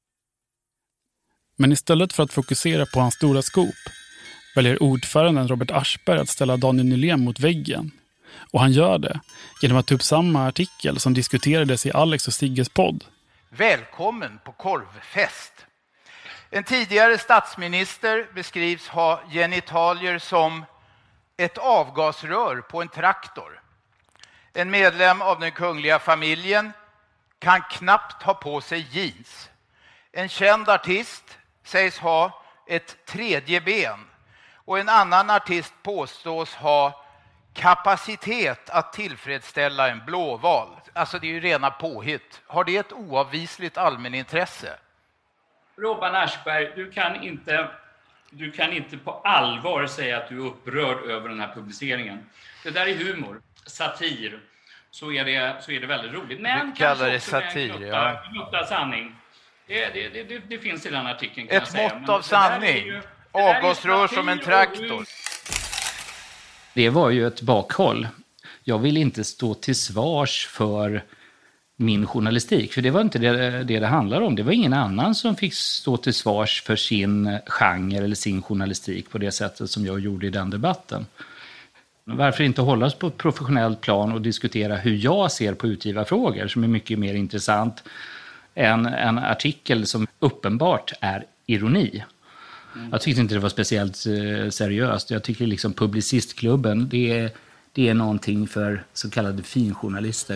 Men istället för att fokusera på hans stora skop väljer ordföranden Robert Aschberg att ställa Daniel Nylén mot väggen. Och han gör det genom att ta upp samma artikel som diskuterades i Alex och Sigges podd. Välkommen på korvfest. En tidigare statsminister beskrivs ha genitalier som ett avgasrör på en traktor. En medlem av den kungliga familjen kan knappt ha på sig jeans. En känd artist sägs ha ett tredje ben. Och en annan artist påstås ha kapacitet att tillfredsställa en blåval. Alltså det är ju rena påhitt. Har det ett oavvisligt allmänintresse? Robban Aschberg, du kan inte på allvar säga att du är upprörd över den här publiceringen. Det där är humor, satir. Så är det väldigt roligt. Men du kallar det satir, ja. Gnutta sanning. Det finns i den artikeln, kan jag säga. Ett mått av sanning. Avgasrör som en traktor. Det var ju ett bakhåll. Jag vill inte stå till svars för min journalistik. För det var inte det handlar om. Det var ingen annan som fick stå till svars för sin genre eller sin journalistik på det sättet som jag gjorde i den debatten. Varför inte hålla oss på ett professionellt plan och diskutera hur jag ser på utgivarfrågor, som är mycket mer intressant än en artikel som uppenbart är ironi. Jag tyckte inte det var speciellt seriöst. Jag tycker liksom Publicistklubben, det är någonting för så kallade finjournalister.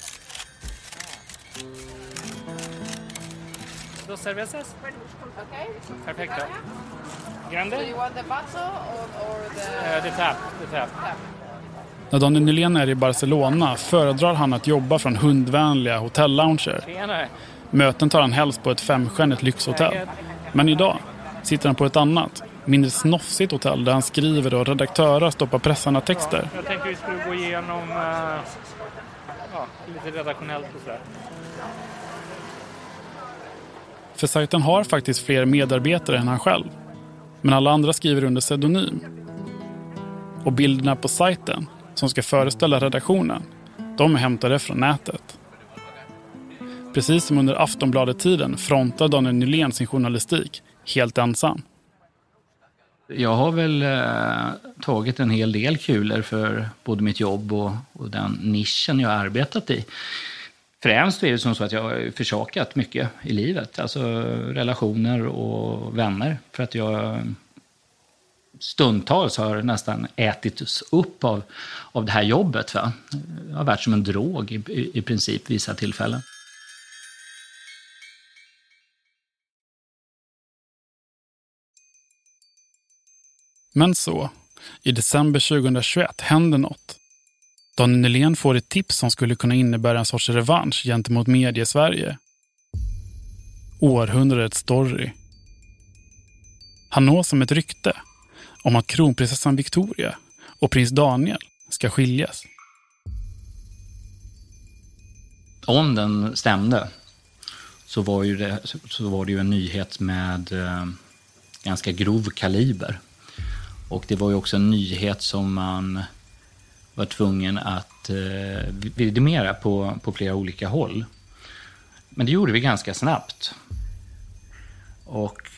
Dos cervezas? Okay. Perfecto. Grande? Do you want the bottle or the... The tap. När Daniel Nylén är i Barcelona föredrar han att jobba från hundvänliga hotelllounger. Möten tar han helst på ett 5-stjärnigt lyxhotell. Men idag sitter han på ett annat, mindre snofsigt hotell där han skriver och redaktörer stoppar pressarna texter. Jag tänkte vi skulle gå igenom lite redaktionellt och sådär. För sajten har faktiskt fler medarbetare än han själv. Men alla andra skriver under pseudonym. Och bilderna på sajten som ska föreställa redaktionen, de är hämtade från nätet. Precis som under Aftonbladet-tiden frontar Daniel Nylén sin journalistik helt ensam. Jag har väl tagit en hel del kulor för både mitt jobb och den nischen jag har arbetat i. Främst är det som så att jag har försakat mycket i livet. Alltså relationer och vänner. För att jag stundtals har nästan ätits upp av det här jobbet. Va? Det har varit som en drog i princip vissa tillfällen. Men så, i december 2021 händer något. Daniel Nylén får ett tips som skulle kunna innebära en sorts revansch gentemot Mediesverige. Århundradets story. Han nås som ett rykte om att kronprinsessan Victoria och prins Daniel ska skiljas. Om den stämde så var det ju en nyhet med ganska grov kaliber. Och det var ju också en nyhet som man var tvungen att vidimera på flera olika håll. Men det gjorde vi ganska snabbt. Och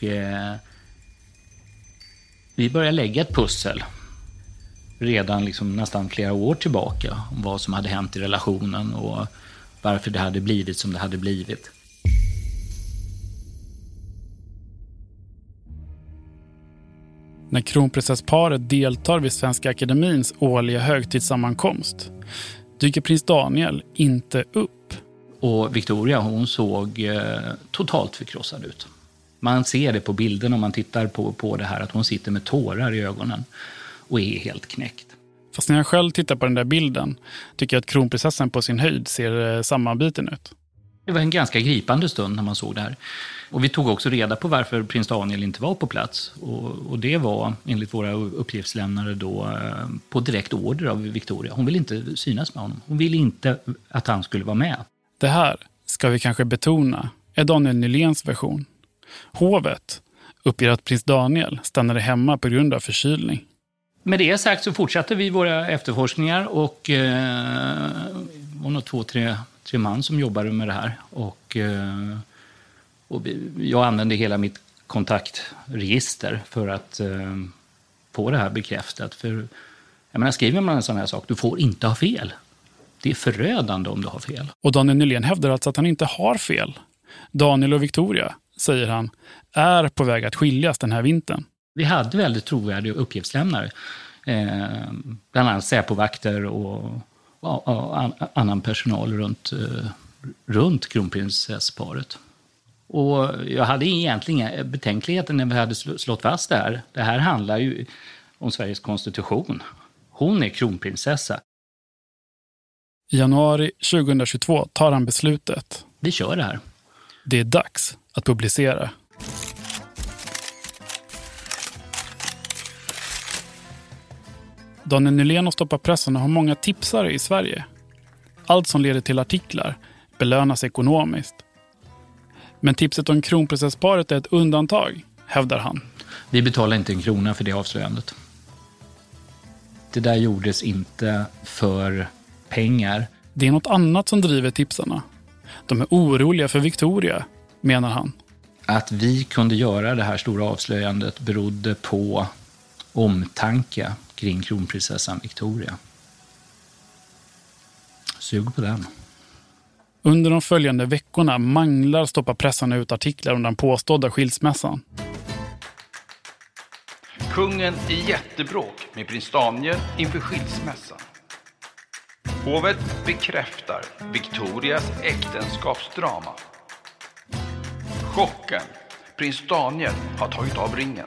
vi började lägga ett pussel redan liksom nästan flera år tillbaka om vad som hade hänt i relationen och varför det hade blivit som det hade blivit. När kronprinsessparet deltar vid Svenska Akademins årliga högtidssammankomst dyker prins Daniel inte upp. Och Victoria, hon såg totalt förkrossad ut. Man ser det på bilden om man tittar på det här att hon sitter med tårar i ögonen och är helt knäckt. Fast när jag själv tittar på den där bilden tycker jag att kronprinsessan på sin höjd ser sammanbiten ut. Det var en ganska gripande stund när man såg det här. Och vi tog också reda på varför prins Daniel inte var på plats. Och det var enligt våra uppgiftslämnare då på direkt order av Victoria. Hon ville inte synas med honom. Hon ville inte att han skulle vara med. Det här, ska vi kanske betona, är Daniel Nyléns version. Hovet uppger att prins Daniel stannade hemma på grund av förkylning. Med det sagt så fortsatte vi våra efterforskningar och var nog 2-3 man som jobbade med det här. Och jag använde hela mitt kontaktregister för att få det här bekräftat. För jag menar, skriver man en sån här sak, du får inte ha fel. Det är förödande om du har fel. Och Daniel Nylén hävdar alltså att han inte har fel. Daniel och Victoria, säger han, är på väg att skiljas den här vintern. Vi hade väldigt trovärdiga uppgiftslämnare. Bland annat Säpovakter och annan personal runt kronprinsessparet. Och jag hade egentligen betänkligheter när vi hade slått fast det här. Det här handlar ju om Sveriges konstitution. Hon är kronprinsessa. I januari 2022 tar han beslutet. Vi kör det här. Det är dags att publicera. Daniel Nylén och Stoppa pressen har många tipsare i Sverige. Allt som leder till artiklar belönas ekonomiskt. Men tipset om kronprinsessparet är ett undantag, hävdar han. Vi betalar inte en krona för det avslöjandet. Det där gjordes inte för pengar. Det är något annat som driver tipsarna. De är oroliga för Victoria, menar han. Att vi kunde göra det här stora avslöjandet berodde på omtanke kring kronprinsessan Victoria. Sug på den. Under de följande veckorna manglar Stoppa pressarna ut artiklar om den påstådda skilsmässan. Kungen i jättebråk med prins Daniel inför skilsmässan. Hovet bekräftar Victorias äktenskapsdrama. Chocken. Prins Daniel har tagit av ringen.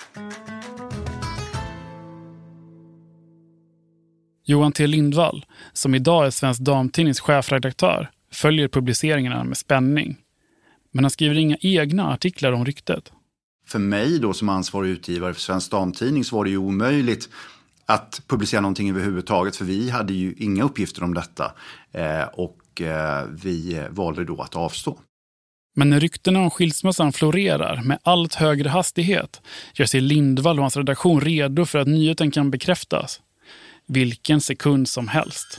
Johan T. Lindvall, som idag är Svensk Damtidnings chefredaktör, följer publiceringarna med spänning. Men han skriver inga egna artiklar om ryktet. För mig då som ansvarig utgivare för Svensk Damtidning så var det ju omöjligt att publicera någonting överhuvudtaget, för vi hade ju inga uppgifter om detta och vi valde då att avstå. Men när ryktena om skilsmässan florerar med allt högre hastighet gör sig Lindvall och hans redaktion redo för att nyheten kan bekräftas. Vilken sekund som helst.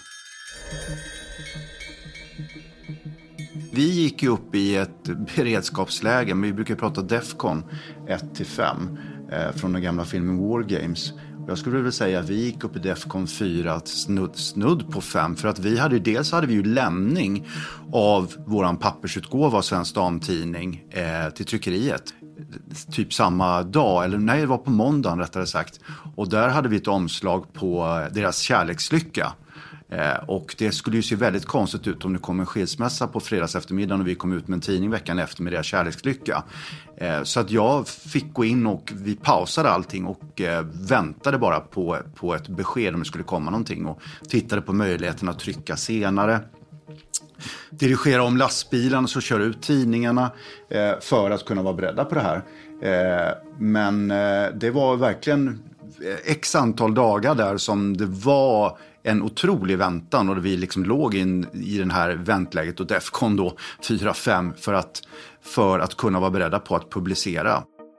Vi gick ju upp i ett beredskapsläge, men vi brukar prata Defcon 1-5 från den gamla filmen War Games. Jag skulle vilja säga att vi gick upp i Defcon 4 snudd på 5, för att vi hade ju lämning av våran pappersutgåva av Svensk Damtidning till tryckeriet. Typ samma dag, eller nej, det var på måndagen rättare sagt. Och där hade vi ett omslag på deras kärlekslycka. Och det skulle ju se väldigt konstigt ut om det kom en skilsmässa på fredags eftermiddagen och vi kom ut med en tidning veckan efter med deras kärlekslycka. Så att jag fick gå in och vi pausade allting och väntade bara på ett besked om det skulle komma någonting. Och tittade på möjligheten att trycka senare. Dirigera om lastbilarna så kör ut tidningarna för att kunna vara beredda på det här. Men det var verkligen x antal dagar där som det var en otrolig väntan och vi liksom låg i den här väntläget och Defcon då 4-5 för att kunna vara beredda på att publicera.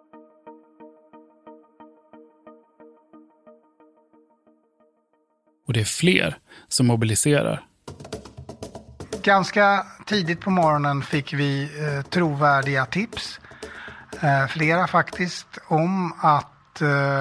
Och det är fler som mobiliserar. Ganska tidigt på morgonen fick vi trovärdiga tips, flera faktiskt, om att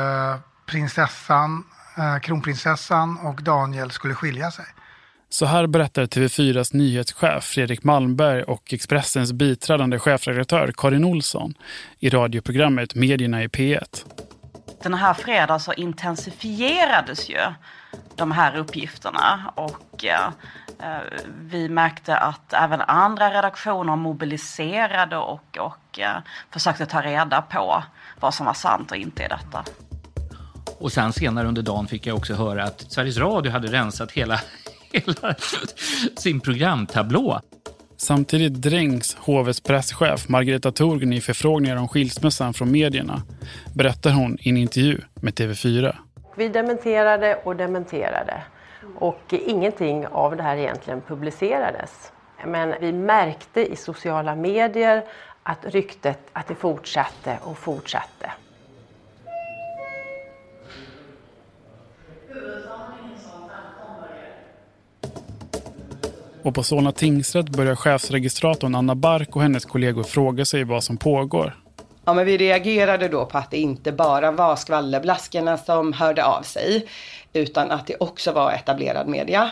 kronprinsessan och Daniel skulle skilja sig. Så här berättar TV4s nyhetschef Fredrik Malmberg och Expressens biträdande chefredaktör Karin Olsson i radioprogrammet Medierna i P1. Den här fredagen så intensifierades ju de här uppgifterna och vi märkte att även andra redaktioner mobiliserade och försökte ta reda på vad som var sant och inte i detta. Och sen senare under dagen fick jag också höra att Sveriges Radio hade rensat hela sin programtablå. Samtidigt drängs hovets presschef Margareta Thorgren i förfrågningar om skilsmässan från medierna, berättar hon i en intervju med TV4. Vi dementerade och ingenting av det här egentligen publicerades. Men vi märkte i sociala medier att ryktet att det fortsatte och fortsatte. Och på Solna tingsrätt börjar chefsregistratorn Anna Bark och hennes kollegor fråga sig vad som pågår. Ja, men vi reagerade då på att det inte bara var skvallerblaskorna som hörde av sig, utan att det också var etablerad media.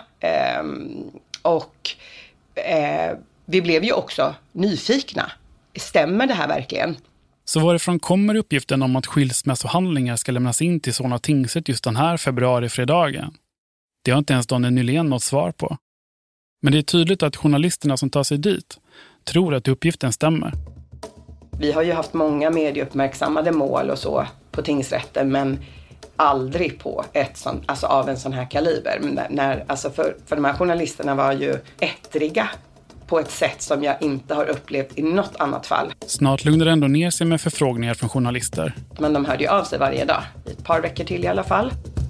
Vi blev ju också nyfikna. Stämmer det här verkligen? Så varifrån kommer uppgiften om att skilsmässohandlingar ska lämnas in till Solna tingsrätt just den här februari-fredagen? Det har inte ens Daniel Nylén något svar på. Men det är tydligt att journalisterna som tar sig dit tror att uppgiften stämmer. Vi har ju haft många medieuppmärksammade mål och så på tingsrätten, men aldrig på av en sån här kaliber. För de här journalisterna var ju ettriga på ett sätt som jag inte har upplevt i något annat fall. Snart lugnar det ändå ner sig med förfrågningar från journalister. Men de hörde ju av sig varje dag, i ett par veckor till i alla fall.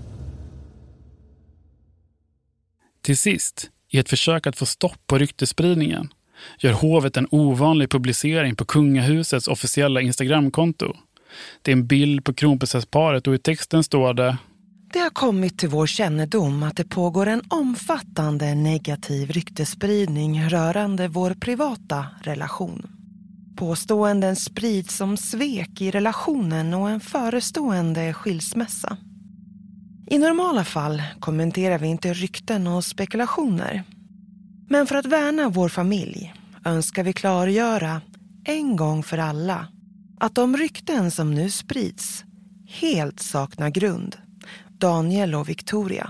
Till sist, i ett försök att få stopp på ryktespridningen, gör hovet en ovanlig publicering på kungahusets officiella Instagramkonto. Det är en bild på kronprinsessparet och i texten står det: Det har kommit till vår kännedom att det pågår en omfattande negativ ryktespridning rörande vår privata relation. Påståenden sprids om svek i relationen och en förestående skilsmässa. I normala fall kommenterar vi inte rykten och spekulationer. Men för att värna vår familj önskar vi klargöra en gång för alla att de rykten som nu sprids helt saknar grund. Daniel och Victoria.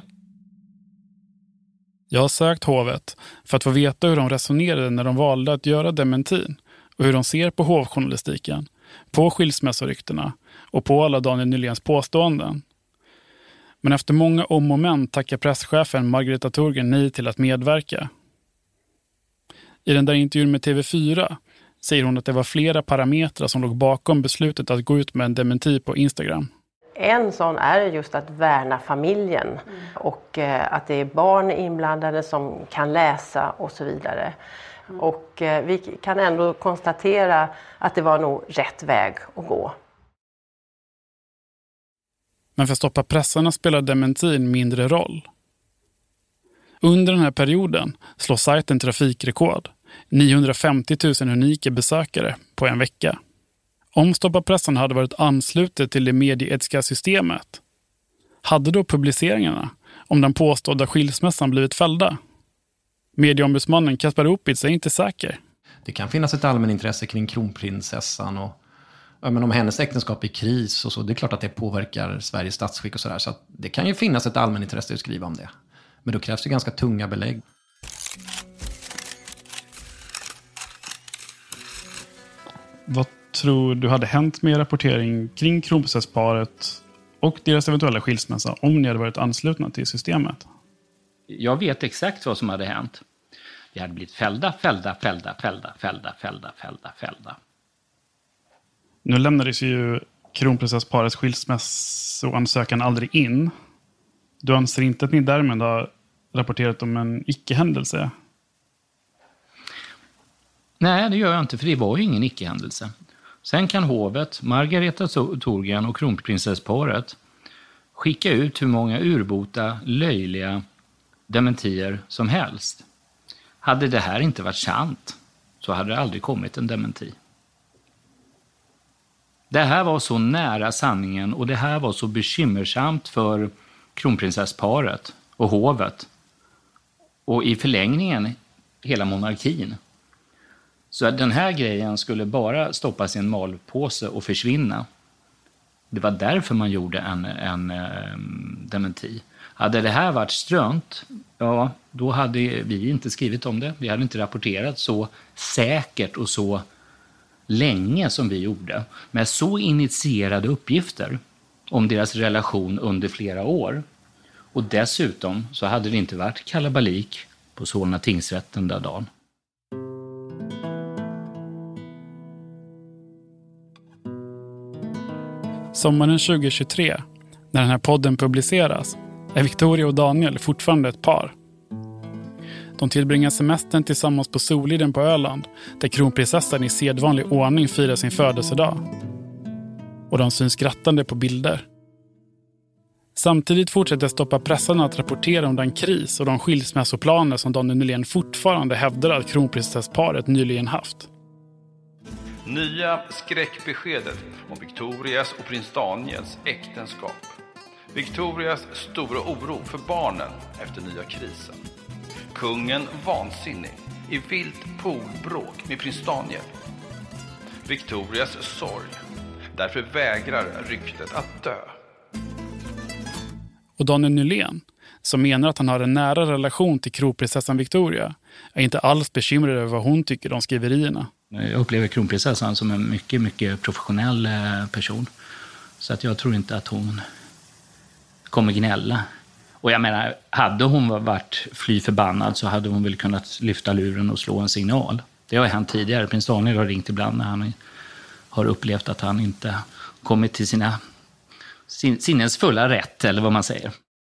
Jag har sökt hovet för att få veta hur de resonerade när de valde att göra dementin och hur de ser på hovjournalistiken, på skilsmässoryktena och på alla Daniel Nyléns påståenden. Men efter många om och men tackar presschefen Margareta Thorgren nej till att medverka. I den där intervjun med TV4 säger hon att det var flera parametrar som låg bakom beslutet att gå ut med en dementi på Instagram. En sån är just att värna familjen och att det är barn inblandade som kan läsa och så vidare. Och vi kan ändå konstatera att det var nog rätt väg att gå. Men för att stoppa pressarna spelar dementin mindre roll. Under den här perioden slår sajten trafikrekord. 950 000 unika besökare på en vecka. Om Stoppa pressen hade varit anslutet till det medieetiska systemet, hade då publiceringarna om den påstådda skilsmässan blivit fällda? Medieombudsmannen Kaspar Opitz är inte säker. Det kan finnas ett allmänintresse kring kronprinsessan och men om hennes äktenskap är i kris och så. Det är klart att det påverkar Sveriges statsskick och sådär. Så att det kan ju finnas ett allmänintresse att skriva om det. Men då krävs det ganska tunga belägg. Vad tror du hade hänt med rapportering kring kronprinsessparet och deras eventuella skilsmässa om ni hade varit anslutna till systemet? Jag vet exakt vad som hade hänt. Vi hade blivit fällda. Nu lämnades ju kronprinsessparets skilsmässoansökan aldrig in. Du anser inte att ni därmed har rapporterat om en icke-händelse? Nej, det gör jag inte, för det var ju ingen icke-händelse. Sen kan hovet, Margareta Thorgren och kronprinsessparet skicka ut hur många urbota, löjliga dementier som helst. Hade det här inte varit sant så hade det aldrig kommit en dementi. Det här var så nära sanningen och det här var så bekymmersamt för kronprinsessparet och hovet och i förlängningen hela monarkin. Så att den här grejen skulle bara stoppas i en malpåse och försvinna. Det var därför man gjorde en dementi. Hade det här varit strönt, ja, då hade vi inte skrivit om det. Vi hade inte rapporterat så säkert och så länge som vi gjorde. Med så initierade uppgifter om deras relation under flera år. Och dessutom så hade det inte varit kalabalik på Solna tingsrätt den där dagen. Sommaren 2023, när den här podden publiceras, är Victoria och Daniel fortfarande ett par. De tillbringar semestern tillsammans på Soliden på Öland, där kronprinsessan i sedvanlig ordning firar sin födelsedag. Och de syns skrattande på bilder. Samtidigt fortsätter Stoppa pressen att rapportera om den kris och de skilsmässoplaner som Daniel Nylén fortfarande hävdar att kronprinsessparet nyligen haft. Nya skräckbeskedet om Victorias och prins Daniels äktenskap. Victorias stora oro för barnen efter nya krisen. Kungen vansinnig i vilt poolbråk med prins Daniel. Victorias sorg. Därför vägrar ryktet att dö. Och Daniel Nylén, som menar att han har en nära relation till kronprinsessan Victoria, är inte alls bekymrad över vad hon tycker om skriverierna. Jag upplever kronprinsessan som en mycket, mycket professionell person. Så att jag tror inte att hon kommer gnälla. Och jag menar, hade hon varit fly förbannad så hade hon väl kunnat lyfta luren och slå en signal. Det har hänt tidigare. Prins Daniel har ringt ibland när han har upplevt att han inte kommit till sinnes fulla rätt, eller vad man säger.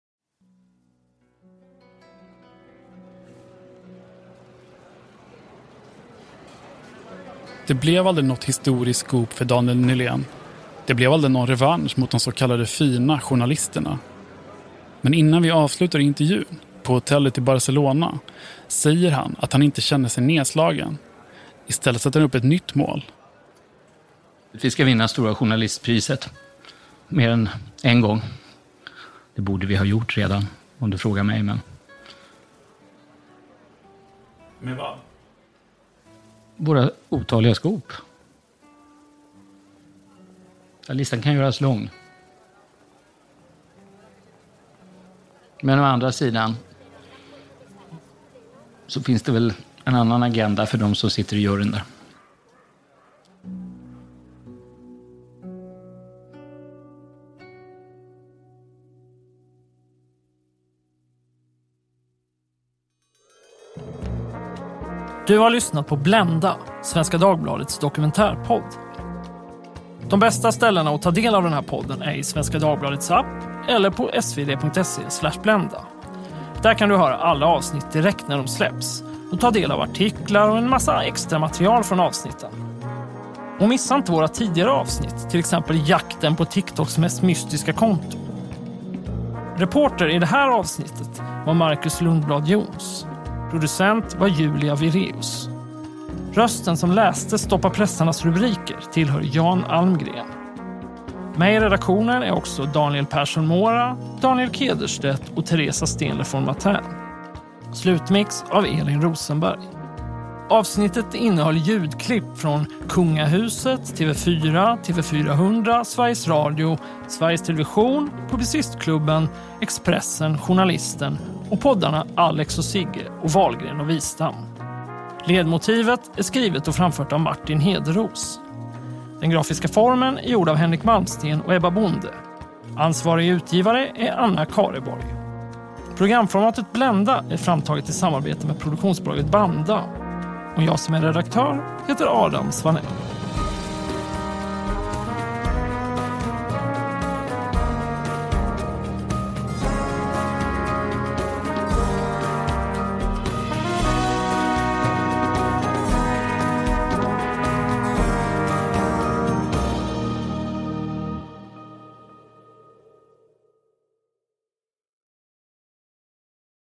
Det blev aldrig något historiskt scoop för Daniel Nylén. Det blev aldrig någon revansch mot de så kallade fina journalisterna. Men innan vi avslutar intervjun på hotellet i Barcelona säger han att han inte känner sig nedslagen. Istället sätter han upp ett nytt mål. Vi ska vinna Stora journalistpriset. Mer än en gång. Det borde vi ha gjort redan, om du frågar mig. Men... Med vad? Våra otaliga skop. Den listan kan göras lång. Men å andra sidan så finns det väl en annan agenda för de som sitter i juryn där. Du har lyssnat på Blända, Svenska Dagbladets dokumentärpodd. De bästa ställena att ta del av den här podden är i Svenska Dagbladets app eller på svd.se/blända. Där kan du höra alla avsnitt direkt när de släpps och ta del av artiklar och en massa extra material från avsnitten. Och missa inte våra tidigare avsnitt, till exempel jakten på TikToks mest mystiska konto. Reporter i det här avsnittet var Marcus Lundblad Jons. Producent var Julia Vireus. Rösten som läste Stoppa pressarnas rubriker tillhör Jan Almgren. Med i redaktionen är också Daniel Persson Mora, Daniel Kederstedt och Teresa Stenler von Matern. Slutmix av Elin Rosenberg. Avsnittet innehåller ljudklipp från Kungahuset, TV4, TV400, Sveriges Radio, Sveriges Television, Publicistklubben, Expressen, Journalisten och poddarna Alex och Sigge och Wahlgren och Wistam. Ledmotivet är skrivet och framfört av Martin Hederos. Den grafiska formen är gjord av Henrik Malmsten och Ebba Bonde. Ansvarig utgivare är Anna Kareborg. Programformatet Blända är framtaget i samarbete med produktionsbolaget Banda. Och jag som är redaktör heter Adam Svanell.